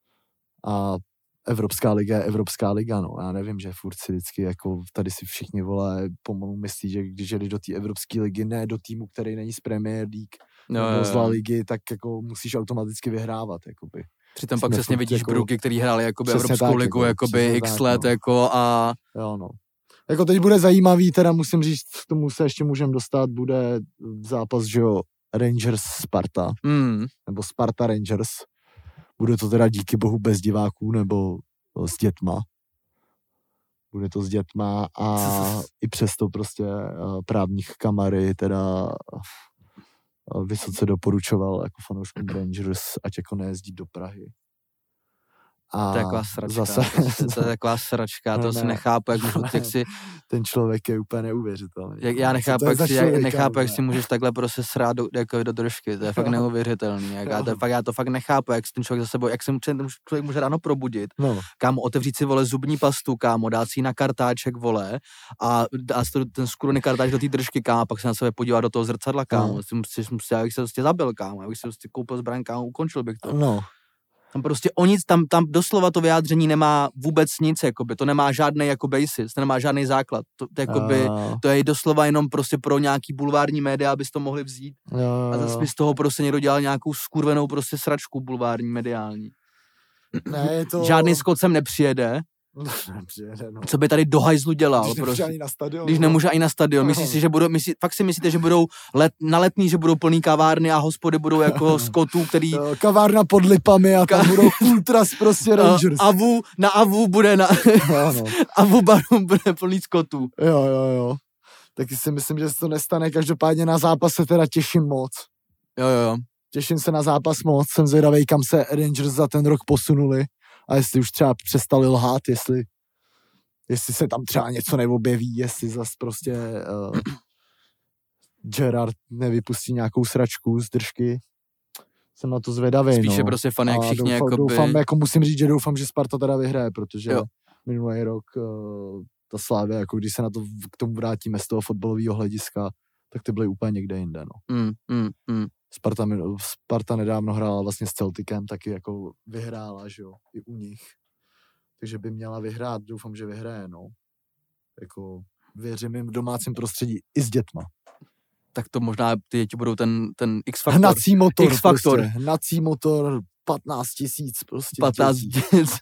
a Evropská liga je Evropská liga, no. Já nevím, že furt si vždycky, jako tady si všichni, vole, pomalu myslí, že když jdeš do té Evropské ligy, ne do týmu, který není z Premier League, no, nebo z La ligy, tak jako musíš automaticky vyhrávat, jakoby. Přitom pak přesně vidíš jako, Bruky, který hráli jakoby Evropskou tak, ligu, jako, jakoby x tak, let, no. jako a... Jo, no. Jako teď bude zajímavý, teda musím říct, k tomu se ještě můžeme dostat, bude zápas, že jo, Rangers Sparta, mm. nebo Sparta Rangers. Bude to teda díky bohu bez diváků, nebo s dětma. Bude to s dětma a i přesto prostě právník Kamary teda vysoce doporučoval jako fanouškům Rangers, ať jako nejezdí do Prahy. A to je taková sračka, zase, to je taková sračka, to ne, si nechápu, jak, můžu, jak si... Ten člověk je úplně neuvěřitelný. Jak, já nechápu, jak si, člověka, nechápu jak si můžeš takhle prostě srát do, jako do držky, to je fakt neuvěřitelný. Jak, já, to, fakt, já to fakt nechápu, jak si ten člověk za sebou, jak se ten člověk může ráno probudit, no. kámo, otevřít si, vole, zubní pastu, kámo, dát si na kartáček, vole, a dát si ten skurvený kartáč do té držky, kámo, a pak se na sebe podívat do toho zrcadla, kámo, no. musíš, musíš, já bych se prostě zabil, kámo, já bych si prostě koupil zbraň, kámo, ukončil bych to. No. Tam prostě o nic, tam, tam doslova to vyjádření nemá vůbec nic, jakoby, to nemá žádný jako basis, to nemá žádný základ, to, to, jakoby, uh. to je doslova jenom prostě pro nějaký bulvární média, abys to mohli vzít uh. a zase by z toho prostě někdo dělal nějakou skurvenou prostě sračku bulvární, mediální. Ne, to... Žádný Skot sem nepřijede. Nepřijede, no. Co by tady do hajzlu dělal? Když prostě. nemůže ani na stadion. Když nemůže ani na stadion. Myslíš si, že budou, myslí, fakt si myslíte, že budou let, na letní, že budou plný kavárny a hospody budou jako Skotů, který... Jo, kavárna pod Lipami a tam budou ultras prostě Rangers. Avu, na Avu bude na... Jo, no. Avu baru bude plný Skotů. Jo, jo, jo. Taky si myslím, že se to nestane. Každopádně na zápas se teda těším moc. Jo, jo, jo. Těším se na zápas moc. Jsem zvědavej, kam se Rangers za ten rok posunuli. A jestli už třeba přestali lhát, jestli, jestli se tam třeba něco neobjeví, jestli zas prostě uh, Gerard nevypustí nějakou sračku z držky. Jsem na to zvědavej, Spíše no. prostě fany, jak všichni doufám, jakoby... doufám, jako musím říct, že doufám, že Sparta teda vyhraje, protože jo. minulý rok uh, ta Slavia, jako když se na to k tomu vrátíme z toho fotbalového hlediska, tak ty byly úplně někde jinde, no. Mm, mm, mm. Sparta, Sparta nedávno hrála vlastně s Celticem, taky jako vyhrála, že jo, i u nich. Takže by měla vyhrát, doufám, že vyhraje, no. Jako věřím jim v domácím prostředí i s dětma. Tak to možná ty děti budou ten, ten X-faktor. Hnací motor, X-faktor. Prostě. Hnací motor, patnáct tisíc prostě. patnáct tisíc.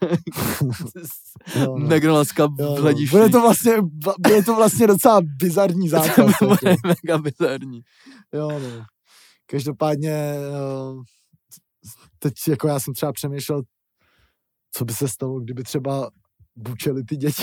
McDonald'ska v hledišti. Bude to vlastně, bude to vlastně docela bizarní zápas. Bude mega bizarní. Jo, no. Každopádně teď jako já jsem třeba přemýšlel, co by se stalo, kdyby třeba bučeli ty děti.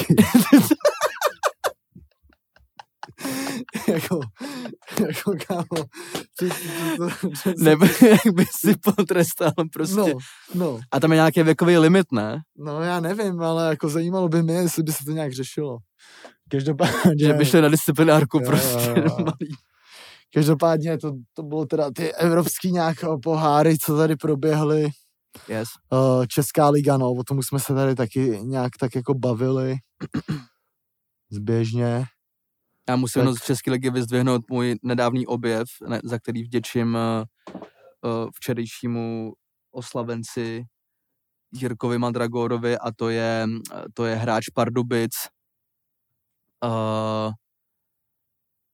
jako, jako kámo. Nebo jak by si potrestal prostě. No, no. A tam je nějaký věkový limit, ne? No já nevím, ale jako zajímalo by mě, jestli by se to nějak řešilo. Každopádně. Že by šli na disciplinárku jo, prostě. Jo, jo. Každopádně to, to bylo teda ty evropský nějaké poháry, co tady proběhly. Yes. Uh, Česká liga, no, o tom jsme se tady taky nějak tak jako bavili. Zběžně. Já musím tak... z České ligy vyzdvihnout můj nedávný objev, ne, za který vděčím uh, uh, včerejšímu oslavenci Jirkovi Mandragorovi, a to je, to je hráč Pardubic. Uh,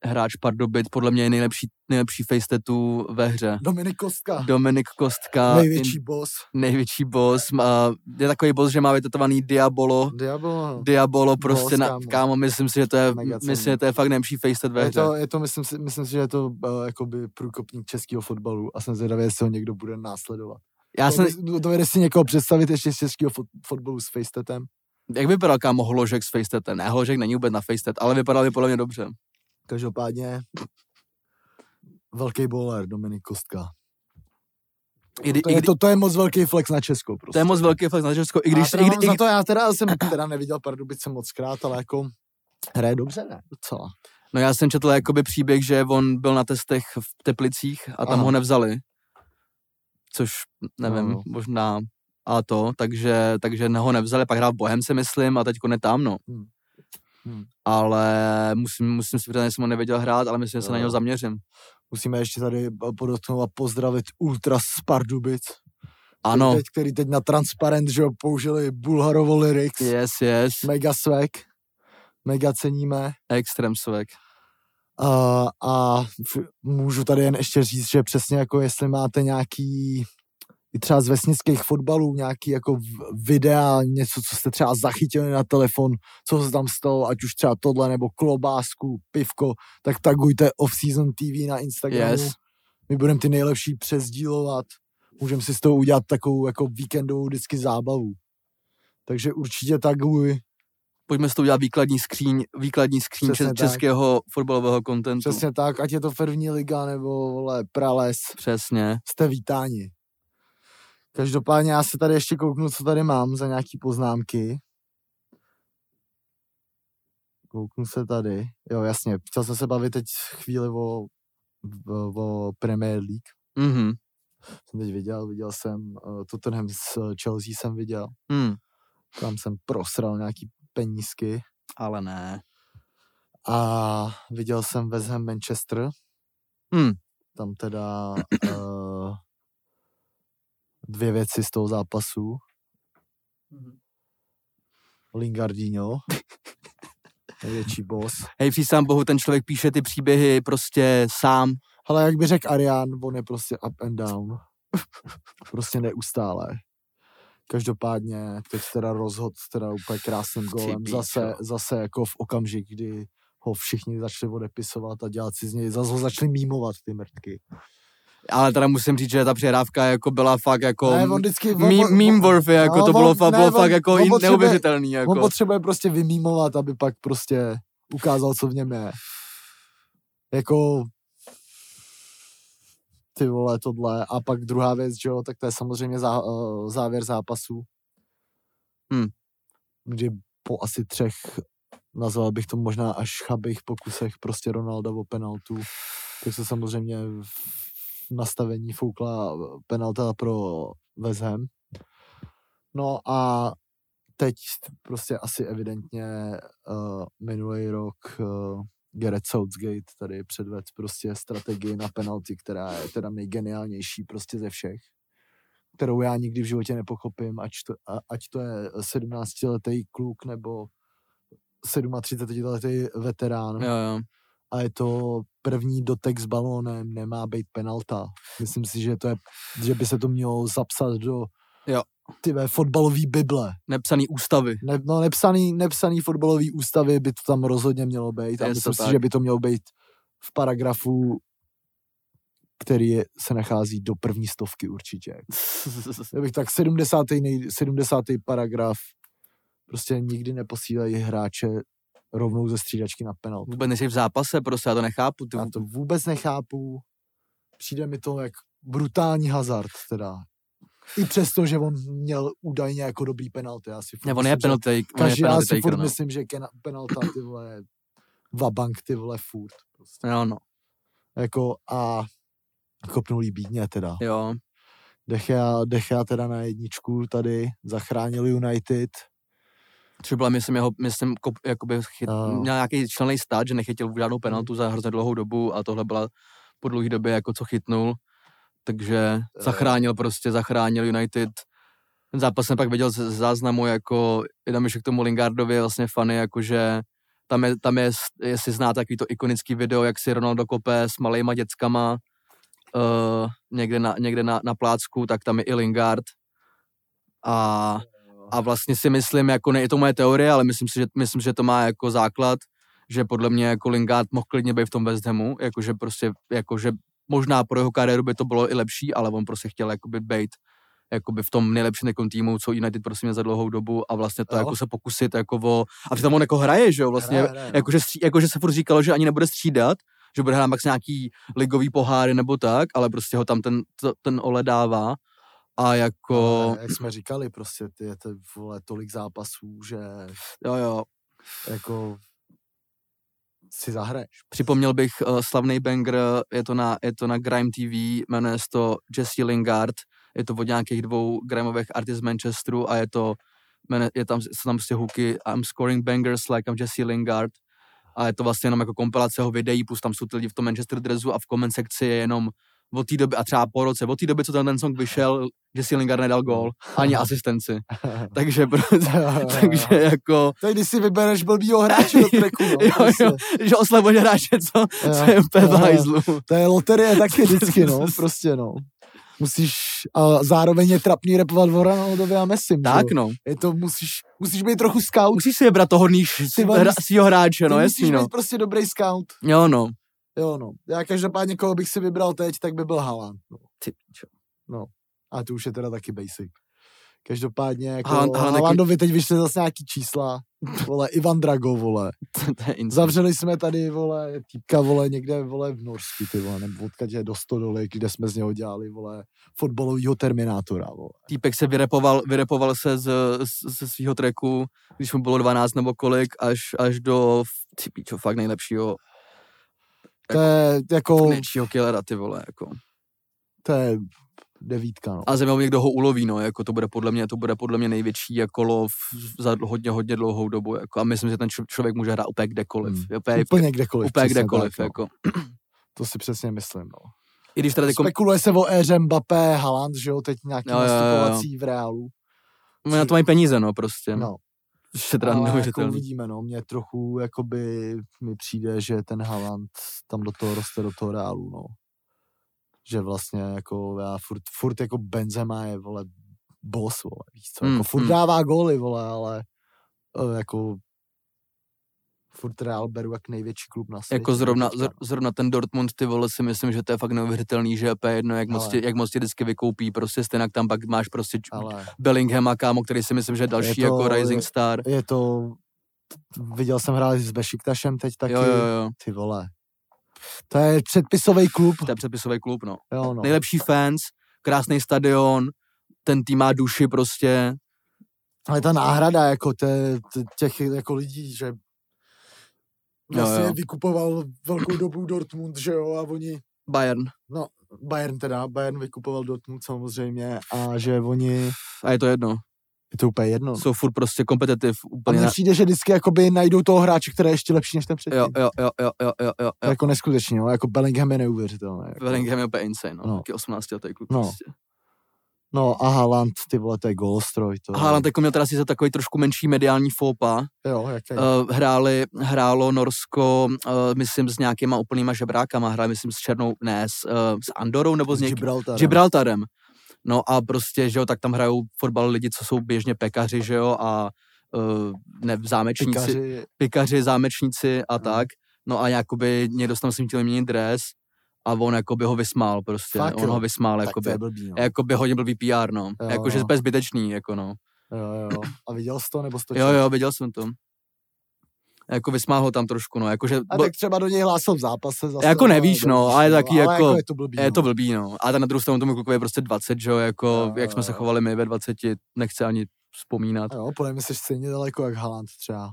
hráč Pardubic, podle mě je nejlepší, nejlepší face tattoo ve hře. Dominik Kostka. Dominik Kostka. Největší in, boss. Největší boss. Má, je takový boss, že má vytetovaný Diabolo. Diabolo. Diabolo prostě boss, na, kámo. kámo, myslím si, že to je, myslím, že to je fakt nejlepší face tattoo ve hře. Je to, je to myslím, si, myslím si, že je to uh, jakoby průkopník českého fotbalu a jsem zvědavý, jestli ho někdo bude následovat. Já to, jsem... Dovede si někoho představit ještě z českého fot, fotbalu s face tattem? Jak vypadal kámo Hložek s face tattem? Ne, Hložek není vůbec na face tat, ale vypadal by podle mě dobře. Každopádně velký bowler Dominik Kostka. I, to, je, to, to je moc velký flex na Česko. Prostě. To je moc velký flex na Česko. I když, já, i, i, za to, já teda jsem teda neviděl Pardubice moc krát, ale jako hraje dobře, ne? Docela. No já jsem četl jakoby příběh, že on byl na testech v Teplicích a tam Aha. ho nevzali. Což nevím, no. možná a to, takže, takže ho nevzali, pak hrál v Bohemce, myslím, a teďko ne tam, no. Hmm. Hmm. Ale musím, musím si přiznat, že jsem ho nevěděl hrát, ale myslím, že se no. na něho zaměřím. Musíme ještě tady podotknout a pozdravit Ultras z Pardubic. Ano. Který teď, který teď na Transparent, že ho použili Bulharovo lyrics. Yes, yes. Mega swag. Mega ceníme. Extrém swag. Uh, a f- můžu tady jen ještě říct, že přesně jako jestli máte nějaký i třeba z vesnických fotbalů nějaký jako videa, něco, co jste třeba zachytili na telefon, co se tam stalo, ať už třeba tohle, nebo klobásku, pivko, tak tagujte Off-Season T V na Instagramu. Yes. My budeme ty nejlepší přesdílovat. Můžeme si z toho udělat takovou jako víkendovou vždycky zábavu. Takže určitě taguj. Pojďme s tou udělat výkladní skříň, výkladní skříň čes, českého fotbalového kontentu. Přesně tak, ať je to první liga nebo vole, prales. Přesně. Jste vítáni. Každopádně já se tady ještě kouknu, co tady mám za nějaký poznámky. Kouknu se tady. Jo, jasně, chtěl jsem se bavit teď chvíli o, o, o Premier League. Mhm. Jsem teď viděl, viděl jsem uh, Tottenham s Chelsea jsem viděl. Mm. Tam jsem prosral nějaký penízky. Ale ne. A viděl jsem West Ham Manchester. Mm. Tam teda uh, dvě věci z toho zápasu. Mm. Lingardinho. Největší boss. Hej, přísám bohu, ten člověk píše ty příběhy prostě sám. Ale jak by řekl Arián, on je prostě up and down. Prostě neustále. Každopádně teď teda rozhod teda úplně krásným gólem. Zase, zase jako v okamžik, kdy ho všichni začali odepisovat a dělat si z něj, zase ho začali mímovat ty mrtky. Ale teda musím říct, že ta přihrávka jako byla fakt jako ne, on vždycky, meme, meme worthy, jako no, to bylo, on, bylo ne, fakt on, jako on neuvěřitelný. Jako. On potřebuje prostě vymímovat, aby pak prostě ukázal, co v něm je. Jako ty vole, tohle. A pak druhá věc, že jo, tak to je samozřejmě zá, uh, závěr zápasu. Hmm. Kdy po asi třech, nazval bych to možná až chabých pokusech prostě Ronalda o penaltu, tak se samozřejmě v nastavení foukla penalta pro West Ham. No a teď prostě asi evidentně uh, minulý rok uh, Gareth Southgate tady předvedl prostě strategii na penalty, která je teda nejgeniálnější prostě ze všech, kterou já nikdy v životě nepochopím, ať to, a, ať to je sedmnáctiletý kluk nebo třicetisedmiletý veterán. Jo, jo. A je to první dotek s balónem, nemá být penalta. Myslím si, že to je, že by se to mělo zapsat do jo. tyhle fotbalový bible. Nepsaný ústavy. Ne, no nepsaný, nepsaný fotbalový ústavy by to tam rozhodně mělo být. A myslím si, že by to mělo být v paragrafu, který je, se nachází do první stovky určitě. Já bych tak sedmdesátý, nej, sedmdesátý paragraf prostě nikdy neposílají hráče rovnou ze střídačky na penaltu. Vůbec nejsi v zápase, prostě já to nechápu. Ty... Já to vůbec nechápu. Přijde mi to jak brutální hazard teda. I přesto, že on měl údajně jako dobrý penalty. Já si ne, on je penalty. Každý, já si furt no. myslím, že kena, penalta ty vole vabank ty vole furt. Prostě. Jo no. Jako a kopnul líbídně teda. Jo. Dechea, Dechea teda na jedničku tady zachránil United. Což byla, myslím, jeho, myslím, kop, jakoby chyt, uh. měl nějaký členej stát, že nechytil žádnou penaltu za hrozně dlouhou dobu a tohle byla po dlouhé době jako co chytnul. Takže uh. zachránil prostě, zachránil United. Ten zápas jsem pak viděl z záznamu, jako je tam ještě k tomu Lingardovi vlastně fany, jakože Tam je, tam je, jestli znáte takový to ikonický video, jak si Ronaldo kope s malejma dětskama uh, někde, na, někde na, na plácku, tak tam je i Lingard. A, a vlastně si myslím, jako ne, je to moje teorie, ale myslím si, že, myslím, že to má jako základ, že podle mě jako Lingard mohl klidně být v tom West Hamu, jakože prostě, jakože možná pro jeho kariéru by to bylo i lepší, ale on prostě chtěl jakoby být jakoby v tom nejlepším jako týmu, co United prostě měl za dlouhou dobu a vlastně to jo. jako se pokusit jako o, a přitom on jako hraje, že jo, vlastně, hraje, hraje, jakože, stří, jakože se furt říkalo, že ani nebude střídat, že bude hrát max nějaký ligový poháry nebo tak, ale prostě ho tam ten, to, ten Ole dává a jako... Ale, jak jsme říkali, prostě ty je to, vole, tolik zápasů, že... Jo, jo. Jako... si zahraješ. Připomněl bych uh, slavný banger, je to na, je to na Grime T V, jmenuje se to Jesse Lingard, je to od nějakých dvou grimeových artist z Manchesteru a je to, jmenuje, je tam, jsou tam prostě hooky I'm scoring bangers like I'm Jesse Lingard a je to vlastně jenom jako kompilace jeho videí, plus tam jsou ty lidi v tom Manchester dressu a v comment sekci je jenom od té doby, a třeba po roce, od té doby, co ten, ten song vyšel, Jesse Lingard nedal gól, ani asistenci. takže, takže jako... To je, když si vybereš blbýho hráče do tracku, no. jo, jo, že oslabuješ hráče, co, co je úplně v hajzlu. To je loterie taky vždycky, no, prostě, no. Musíš, a zároveň je trapný repovat o Ronaldovi a Messim, tak, no. Je to, musíš, musíš být trochu scout. Musíš si vybrat toho níž svýho hráče, no, jasný, no. Musíš být prostě dobrý scout. Jo, no. Jo, no. Já každopádně, koho bych si vybral teď, tak by byl Haaland. No. Ty pičo. No. A to už je teda taky basic. Každopádně, jako Haaland, Haalandovi teď vyšly zase nějaký čísla. Vole, Ivan Drago, vole. to, to je Zavřeli jsme tady, vole, týpka, vole, někde, vole, v Norsku, ty vole, nebo odkud je do Stodoly, kde jsme z něho dělali, vole, fotbalovýho Terminátora, vole. Týpek se vyrepoval, vyrepoval se z, ze svýho tracku, když mu bylo dvanáct nebo kolik, až, až do, ty pičo, fakt nejlepšího. To je jako... Nejlepšího killera, ty vole, jako. To je devítka, no. A zajímavé mě, kdo ho uloví, no, jako to bude podle mě, to bude podle mě největší jako lov za hodně, hodně dlouhou dobu, jako. A myslím, že ten člověk může hrát úplně kdekoliv. Hmm. Úplně, úplně kdekoliv. Úplně kdekoliv, tak, jako. No. To si přesně myslím, no. I když teda tyko... Spekuluje se o éře Mbappé, Haaland, že jo, teď nějaký jo, nastupovací jo, jo. v Reálu. Oni na to mají peníze, no, prostě. No. Ale jako uvidíme, no, mě trochu, jakoby, mi přijde, že ten Haaland tam do toho roste, do toho Reálu, no. Že vlastně, jako, já furt, furt jako Benzema je, vole, boss, vole, víš co, jako, mm, furt mm. dává góly, vole, ale jako furt Real beru jak největší klub na světě. Jako zrovna, zrovna ten Dortmund, ty vole, si myslím, že to je fakt neuvěřitelný, že je jedno, jak moc, tě, jak moc tě vždycky vykoupí, prostě stejnak tam pak máš prostě ale Bellinghama, kámo, který si myslím, že je další je to, jako rising star. Je, je to, viděl jsem hrát s Bešiktašem teď taky, jo, jo, jo. Ty vole. To je předpisový klub. To je předpisový klub, no. Jo, no. Nejlepší fans, krásný stadion, ten tým má duši prostě. Ale ta náhrada, jako te, te, těch jako lidí, že vlastně jo, jo. vykupoval velkou dobu Dortmund, že jo, a oni... Bayern. No, Bayern teda, Bayern vykupoval Dortmund samozřejmě a že oni... A je to jedno. Je to úplně jedno. Jsou furt prostě kompetitiv. Úplně a mně přijde, že vždycky jakoby najdou toho hráče, který je ještě lepší než ten předtím. Jo, jo, jo, jo, jo, jo, jo. Jako neskutečně, no, jako Bellingham je neuvěřitelný. Jako. Bellingham je úplně insane, no. no. Taky osmnáctiletý kluk no. prostě. No a Haaland, ty vole, to je golostroj. To Haaland jako měl teda si za takový trošku menší mediální fópa. Jo, jaký? Uh, hráli, hrálo Norsko, uh, myslím, s nějakýma úplnýma žebrákama. Hráli, myslím, s Černou, ne, s, uh, s Andorou nebo s, s někým. Gibraltarem. Gibraltarem. No a prostě, že jo, tak tam hrajou fotbal lidi, co jsou běžně pekaři, že jo, a uh, ne, zámečníci, pekaři, pekaři zámečníci a no. tak. No a jakoby někdo tam si chtěl měnit dres a on jakoby ho vysmál prostě. Fakt, on jo. ho vysmál, tak jakoby. Blbý, no. Jakoby hodně blbý P R, no. Jo, jakože jo. je zbytečný, jako no. Jo, jo. A viděl jsi to, nebo jsi to Jo, jo, viděl jsem to. Jako vysmál ho tam trošku, no. Jakože, a tak třeba do něj hlásil v zápase. Zase, jako nevíš, no, ale je taky ale jako, jako je to blbý, je no. to blbý, no. A na druhou stranu tomu klukovi je prostě dvacet, že jo, jako, jo, jak jsme jo. se chovali my ve dvaceti, nechci ani vzpomínat. Jo, podle mě jsi stejně daleko jak Haaland třeba.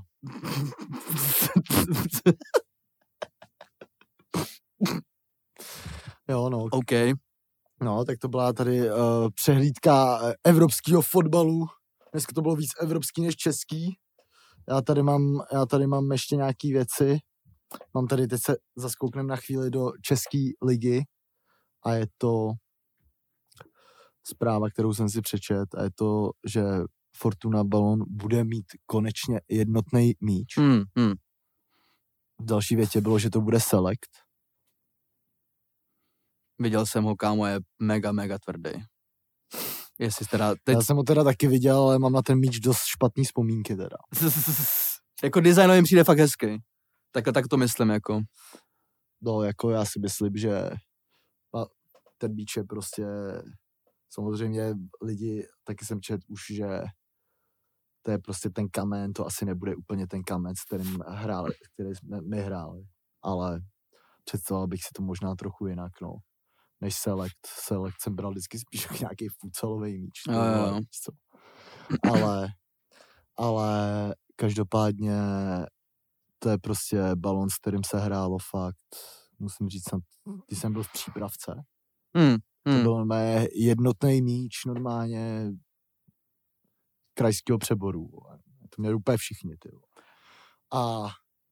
Jo, no. OK. No, tak to byla tady uh, přehlídka evropského fotbalu. Dneska to bylo víc evropský než český. Já tady mám, já tady mám ještě nějaký věci. Mám tady, teď se zaskouknem na chvíli do české ligy a je to zpráva, kterou jsem si přečet a je to, že Fortuna Ballon bude mít konečně jednotný míč. Hmm, hmm. v další větě bylo, že to bude select. Viděl jsem ho, kámo, je mega, mega tvrdý. Jestli teda teď... Já jsem ho teda taky viděl, ale mám na ten míč dost špatný vzpomínky teda. Jako designově přijde fakt hezký. Tak, tak to myslím, jako. No, jako já si myslím, že ten míč je prostě... Samozřejmě lidi, taky jsem čet už, že to je prostě ten kamen, to asi nebude úplně ten kamen, s kterým hráli, který jsme my hráli. Ale představoval bych si to možná trochu jinak, no. Než select. Select jsem bral vždycky spíš jako nějaký futsalový míč. Jo, jo, jo. Ale, ale každopádně to je prostě balon, s kterým se hrálo fakt, musím říct, když jsem byl v přípravce, hmm, to hmm. byl mé jednotný míč normálně krajského přeboru. To měli úplně všichni, ty. A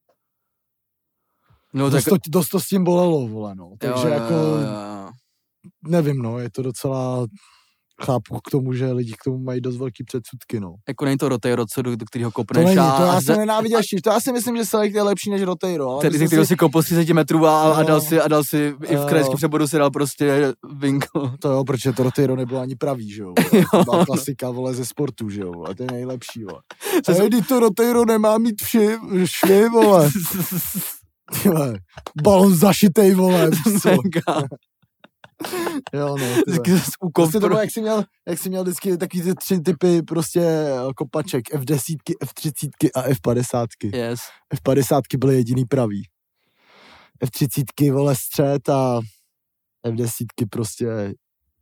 no, dost, tak... to, dost to s tím bolelo, vole, no. Takže jo, jako, jo, jo. nevím, no, je to docela, chápu k tomu, že lidi k tomu mají dost velký předsudky, no. Jako není to Roteiro, co, do kterého kopneš. To není, to já a... jsem nenáviděl štíř, to já si myslím, že Select je lepší než Roteiro. Tedy ze kterého si kopl z třicet metrů a, a, dal si, a dal si, i v krajském jo. přeboru si dal prostě vinko. To jo, protože to Roteiro nebylo ani pravý, že jo. To byla klasika, vole, ze sportu, že jo. A to je nejlepší, vole. A když to Roteiro nemá mít vši, švy, vole. Tyhle, balon zašitej, vole. Mega. Jo, no. Prostě to bylo, jak jsi měl, jak jsi měl vždycky takový ty tři typy prostě kopaček. F deset, F třicet a F padesát. Yes. F padesát byly jediný pravý. F třicet, vole, střed a F deset prostě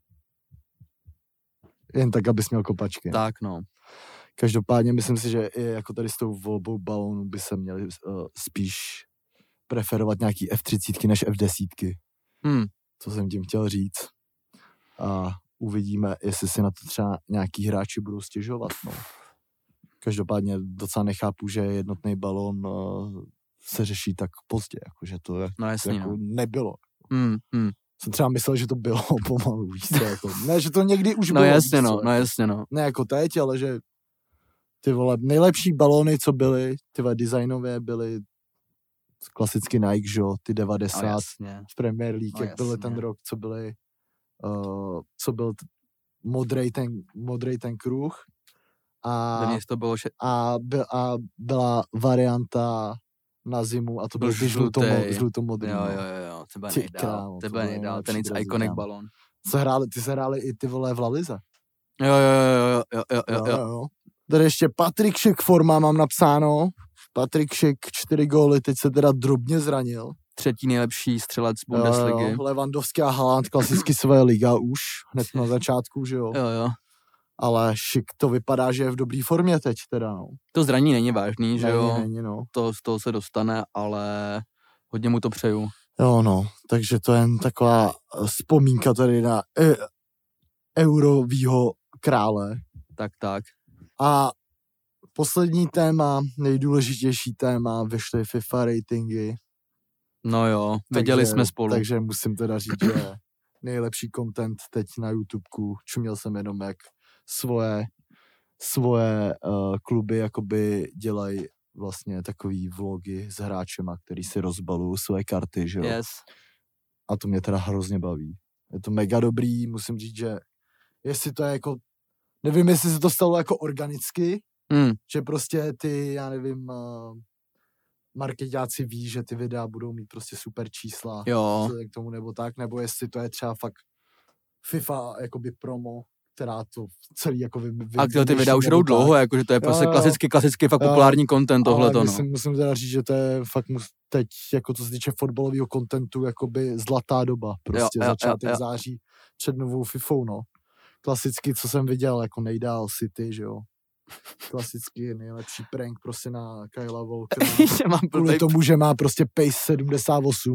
jen tak, abys měl kopačky. Tak, no. Každopádně myslím si, že i jako tady s tou volbou balónu by se měli uh, spíš preferovat nějaký F třicet než F deset. Hmm. Co jsem tím chtěl říct. A uvidíme, jestli si na to třeba nějaký hráči budou stěžovat. No. Každopádně docela nechápu, že jednotný balón uh, se řeší tak pozdě, jakože to je, no jasný, jako no. nebylo. Hmm, hmm. Jsem třeba myslel, že to bylo pomalu, víš co, jako, ne, že to někdy už no bylo. Jasně, víš, no, co, no jasně, no. Ne jako teď, ale že ty vole, nejlepší balóny, co byly, ty vole, designově byly klasicky Nike, že jo, ty devadesát no, v Premier League, no, jak byly ten rok, co byly, uh, co byl t- modrej ten, modrej ten kruh a, to bylo še- a, by, a byla varianta na zimu a to byl žlutomodrý. Jo, jo, jo, to byl nejdál, to byl nejdál, ten nic iconic balón. Co hráli, ty se hráli i ty vole v La Lize. Jo, jo, jo, jo, jo, jo, jo. jo. Tady ještě Patrik Schick forma mám napsáno. Patrik Schick, čtyři góly, teď se teda drobně zranil. Třetí nejlepší střelec Bundesligy. Jo, jo, Lewandowski a Haaland, klasicky své liga už, hned na začátku, že jo. Jo, jo. Ale Schick to vypadá, že je v dobrý formě teď teda, no. To zranění není vážný, že není, jo. Není, no. To, z toho se dostane, ale hodně mu to přeju. Jo, no, takže to je jen taková vzpomínka tady na e- eurovýho krále. Tak, tak. A poslední téma, nejdůležitější téma, vyšly FIFA ratingy. No jo, viděli jsme spolu. Takže musím teda říct, že nejlepší content teď na YouTubeku, čuměl jsem jenom, jak svoje, svoje uh, kluby jakoby dělají vlastně takový vlogy s hráčema, který si rozbalují své karty, že jo. Yes. A to mě teda hrozně baví. Je to mega dobrý, musím říct, že jestli to je jako, nevím, jestli se to stalo jako organicky, mm. že prostě ty, já nevím, uh, marketáci ví, že ty videa budou mít prostě super čísla, jo. k tomu nebo tak, nebo jestli to je třeba fakt FIFA jakoby promo, která to celý jako vy, vy, a tyhle ty videa už jdou dlouho, jakože to je prostě jo, klasicky, klasicky fakt jo, populární content tohleto, no. Musím, musím teda říct, že to je fakt mus, teď, jako to se týče fotbalového contentu, jakoby zlatá doba, prostě jo, začátek jo, jo. září před novou FIFou, no. Klasicky, co jsem viděl, jako nejdál City, že jo. Klasicky nejlepší prank prostě na Kylea Walkera. Kvůli tomu, že má prostě pace sedmdesát osm.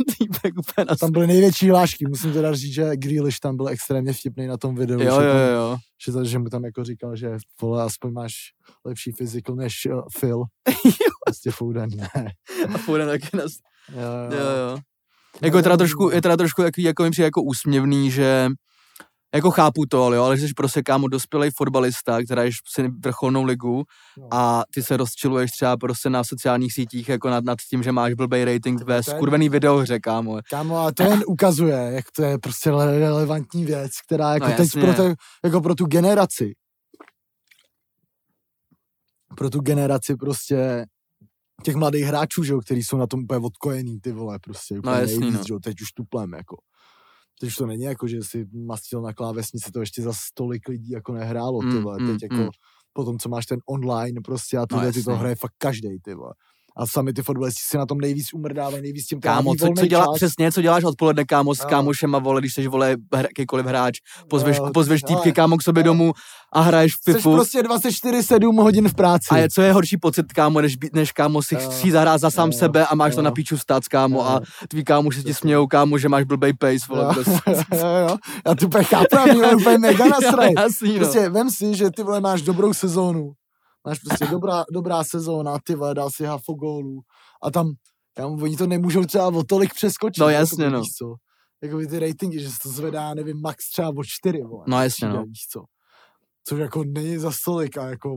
Tam byly největší hlášky. Musím teda říct, že Grealish tam byl extrémně vtipný na tom videu. Jo, že, jo, tam, jo. Že, to, že mu tam jako říkal, že vole, aspoň máš lepší physical než uh, Phil. Prostě Foden, ne. A Foden taky nás... Jo, jo, jo. Jako je teda trošku, je teda trošku jaký, jako mi přijde jako úsměvný, že Jako chápu to, ale jo, ale jsi prostě kámo dospělej fotbalista, která je si vrcholnou ligu No. a ty se rozčiluješ třeba prostě na sociálních sítích jako nad, nad tím, že máš blbej rating ve ten- skurvený videohře, kámo. Kámo, a to jen ukazuje, jak to je prostě relevantní věc, která jako No, teď jasně. pro, te, jako pro tu generaci, pro tu generaci prostě těch mladých hráčů, že jo, který jsou na tom úplně odkojený, ty vole, prostě úplně No, jasný, nejvíc, no. že jo, teď už tuplem, jako. Teď už to není jako, že si mastil na klávesnici, to ještě za stolik lidí jako nehrálo, ty Mm, vole, mm, teď jako mm. potom, co máš ten online prostě a tyhle, No, ty to jasný. hraje fakt každej, ty vole. A sami ty fotbalisti si na tom nejvíc umrdávají, nejvíc tím Kámo, tráví co, co volnej dělá, čas. přesně, co děláš odpoledne, kámo, s Jo. kámošema, vole, když jsi, vole, hra, jakýkoliv hráč, pozveš, Jo, pozveš hele, týpky, kámo, k sobě hele. domů a hraješ v Jsi FIFU. prostě dvacet čtyři sedm hodin v práci. A je, co je horší pocit, kámo, než, být- než kámo, si Jo. chci zahrát za sám Jo. sebe a máš to Jo. na píču stát, kámo, Jo. a tví kámoši se ti smějou, kámo, že máš blbej pace, vole, Jo, prostě. jo, jo. Já to úplně chápu, já mě úplně mega nasraj. Jasný, no. Prostě vem si, že ty vole máš dobrou sezónu. Máš prostě dobrá, dobrá sezóna, ty vole, dal si hafo gólů. A tam, tam oni to nemůžou třeba o tolik přeskočit. No, jako jasně, by, no. Víš co? Jakoby ty ratingy, že se to zvedá, nevím, max třeba o čtyři, vole. No, jasně, Přijde, no. Víš co? Což jako není za stolik a jako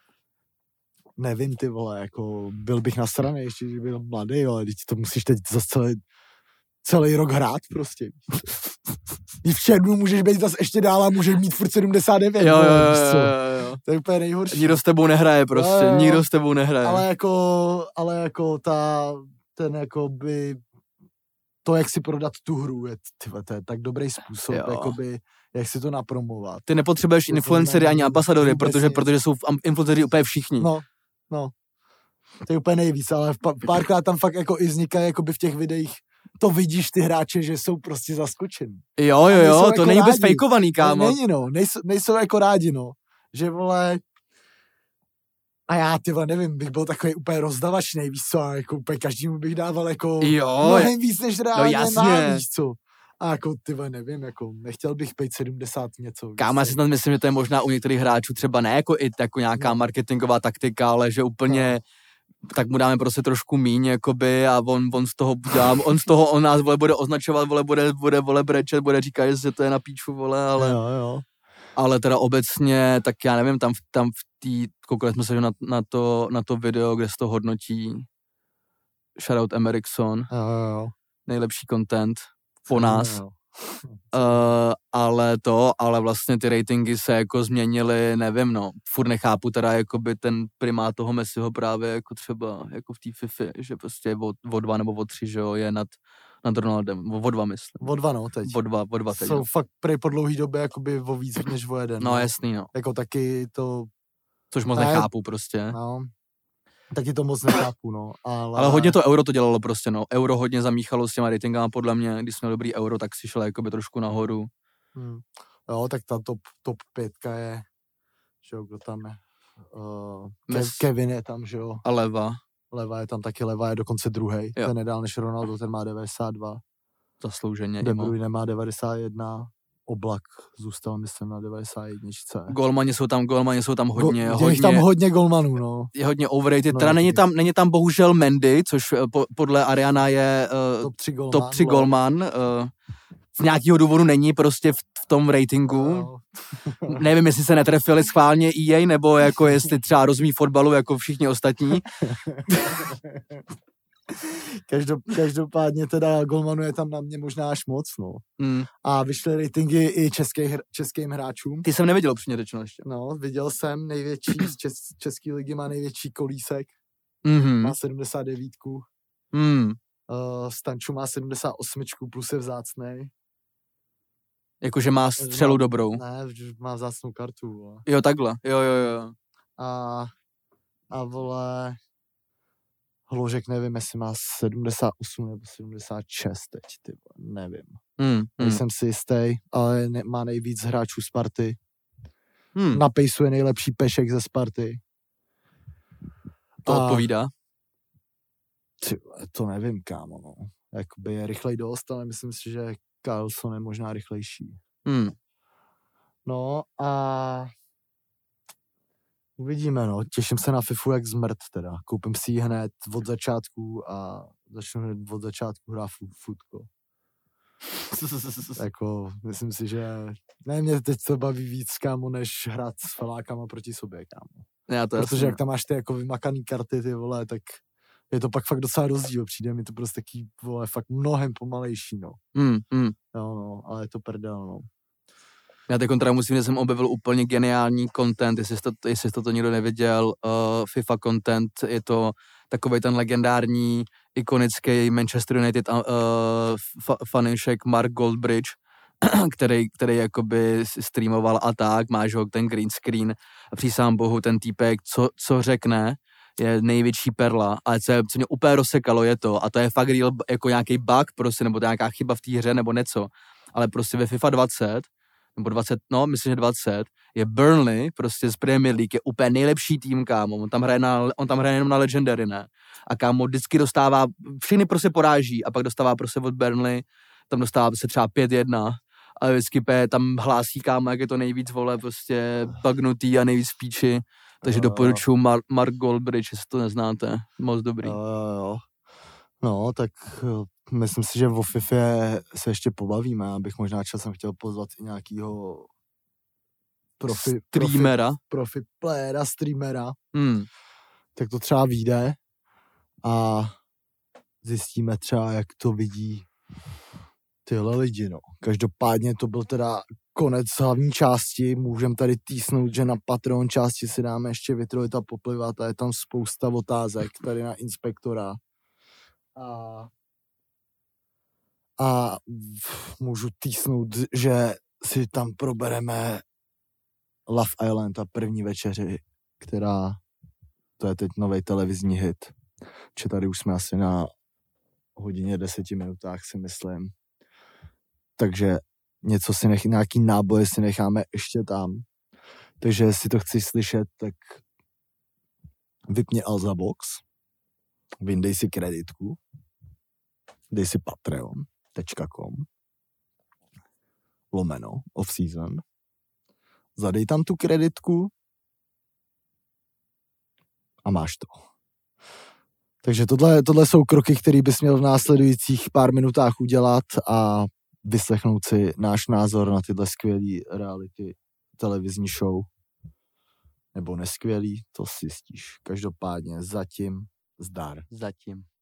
nevím, ty vole, jako byl bych nasranej ještě, že byl mladý, ale teď to musíš teď za celý, celý rok hrát prostě. I v červnu můžeš být zase ještě dál a můžeš mít furt sedmdesát devět, Jo, jo, vole, jo, víš co? jo, jo. To je úplně nejhorší. Nikdo s tebou nehraje prostě, Jo, jo, jo. nikdo s tebou nehraje. Ale jako, ale jako ta, ten jako by, to, jak si prodat tu hru, je, tyhle, to je tak dobrý způsob, Jo. jakoby, jak si to napromovat. Ty nepotřebuješ To influencery znamená ani ambasadory, vůbec protože, nic. protože jsou am- influencery úplně všichni. No, no. To je úplně nejvíc, ale pa, párkrát tam fakt jako i vznikají jakoby v těch videích, to vidíš ty hráče, že jsou prostě zaskočení. Jo, jo, nejsou jo, to jako není rádi. vůbec fejkovaný, kámo. Není no, nejsou, nejsou jako rádi, no. Že vole, a já, ty vole, nevím, bych byl takový úplně rozdavačnej, víš co, a jako úplně každému bych dával jako Jo, mnohem víc, než reálně jasně. má, víš co. A jako, ty vole, nevím, jako, nechtěl bych pejt sedmdesát něco. víš kámo, já co. si snad myslím, že to je možná u některých hráčů třeba ne jako i jako nějaká No. marketingová taktika, ale že úplně tak mu dáme prostě trošku míň, jakoby, a on, on z toho dělá, on z toho, on nás, vole, bude označovat, vole, bude, bude, vole, brečet, bude říkat, že to je na píču, vole, ale, Jo, jo. ale teda obecně, tak já nevím, tam, v- tam v té, koukali jsme se na, na, to, na to video, kde se to hodnotí, shoutout Emerikson, Jo, jo, jo. nejlepší content po nás. Jo, jo. Uh, ale to, ale vlastně ty ratingy se jako změnily, nevím, no, furt nechápu teda jakoby ten primát toho Messiho právě jako třeba jako v té FIFA, že prostě o, o dva nebo o tři, že jo, je nad, nad Ronaldem, o, o dva myslím. O dva, no, teď. O dva, o dva teď. Jsou no. fakt prej po dlouhý době jakoby o víc než o jeden. No jasný, no. Jako taky to, Což moc Ne. nechápu prostě. no, taky to moc nechápu, no. Ale, Ale hodně to euro to dělalo prostě, no. Euro hodně zamíchalo s těma ratingama, podle mě, když jsme dobrý euro, tak si šel jakoby trošku nahoru. Hmm. Jo, tak ta top, top pětka je, že jo, kdo tam je. Uh, Mes- Kev, Kevin je tam, že jo. A leva, Leva je tam taky, Leva je dokonce druhej. Jo. Ten je dál než Ronaldo, ten má devadesát dva. zaslouženě. De Imo. Bruyne má devadesát jedna. Oblak zůstal, myslím, na devadesát jedna. Golmani jsou tam, golmani jsou tam hodně, Go, hodně, je tam hodně golmanů, no. je hodně overrated. No, Teda není taky. tam, není tam bohužel Mendy, což eh, po, podle Ariana je uh, Top tři golman. top tři vole. golman. Uh, z nějakého důvodu není prostě v, v tom ratingu. No. Nevím, jestli se netrefili schválně E A, nebo jako jestli třeba rozumí fotbalu jako všichni ostatní. Každop, každopádně teda golmanů je tam na mě možná až moc, no. Mm. A vyšly ratingy i český, hr- českým hráčům. Ty jsem neviděl upřímně řečeno ještě. No, viděl jsem, největší z čes, české ligy má největší Kolísek, Mhm. má sedmdesát devět, uh, Mm. Stanču má sedmdesát osm plus je vzácnej. Jakože má střelu dobrou. Ne, že má vzácnou kartu, vole. Jo, takhle. Jo, jo, jo. A, a vole, Hložek nevím, jestli má sedmdesát osm nebo sedmdesát šest teď, ty vole, nevím. Mm. Mm. Nejsem si jistý, ale ne, má nejvíc hráčů Sparty. Mm. Na pejsu je nejlepší pešek ze Sparty. To A- odpovídá. Ty, vole, to nevím, kámo, no. Jakoby je rychlej dost, ale myslím si, že Carlson je možná rychlejší. Mm. No a uvidíme, no. Těším se na FIFU jak zmrt teda. Koupím si ji hned od začátku a začnu hned od začátku hrát fu- futko. Jako, myslím si, že ne, mě teď to baví víc, kámo, než hrát s felákama proti sobě, kámo. Já to Protože jasný. jak tam máš ty jako vymakaný karty, ty vole, tak je to pak fakt docela rozdíl. Přijde mi to prostě taký, vole, fakt mnohem pomalejší, no. Mm, mm. No, no, ale je to prdel, no. Já teď teda musím, že jsem objevil úplně geniální content, jestli jsi to, jestli jsi to nikdo neviděl, uh, FIFA content, je to takovej ten legendární, ikonický Manchester United uh, f- fanoušek Mark Goldbridge, který, který jakoby streamoval a tak, máš ho ten green screen a přísám bohu ten týpek, co, co řekne, je největší perla, ale co, je, co mě úplně rozsekalo je to, a to je fakt real, jako nějaký bug prostě, nebo nějaká chyba v té hře, nebo něco, ale prostě ve FIFA dvacet, nebo dvacet, no myslím, že dvacet, je Burnley, prostě z Premier League, je úplně nejlepší tým, kámo, on tam hraje, na, on tam hraje jenom na Legendary, ne, a kámo vždycky dostává, všechny prostě poráží a pak dostává prostě od Burnley, tam dostává se třeba pět jedna, a vždycky tam hlásí, kámo, jak je to nejvíc, vole, prostě bagnutý a nejvíc v píči, takže uh, doporučuji Mar- Mark Goldbridge, jestli to neznáte, moc dobrý. Uh, jo. No, tak myslím si, že o FIFA se ještě pobavíme, abych možná časem chtěl pozvat i nějakýho profi, streamera, profi, profi playera, streamera, hmm. tak to třeba vyjde a zjistíme třeba, jak to vidí tyhle lidi, no. Každopádně to byl teda konec hlavní části, můžeme tady týsnout, že na Patreon části si dáme ještě vytrolit a poplivat a je tam spousta otázek tady na inspektora. A, a můžu týsnout, že si tam probereme Love Island a první večeři, která, to je teď nový televizní hit, že tady už jsme asi na hodině deseti minutách, si myslím. Takže něco si nech, nějaký náboje si necháme ještě tam. Takže jestli to chceš slyšet, tak vypni Alza Box, vyndej si kreditku, dej si patreon tečka com lomeno off-season, zadej tam tu kreditku a máš to. Takže tohle, tohle jsou kroky, které bys měl v následujících pár minutách udělat a vyslechnout si náš názor na tyhle skvělý reality televizní show. Nebo neskvělý, to si zjistíš. Každopádně zatím zdar. Zatím.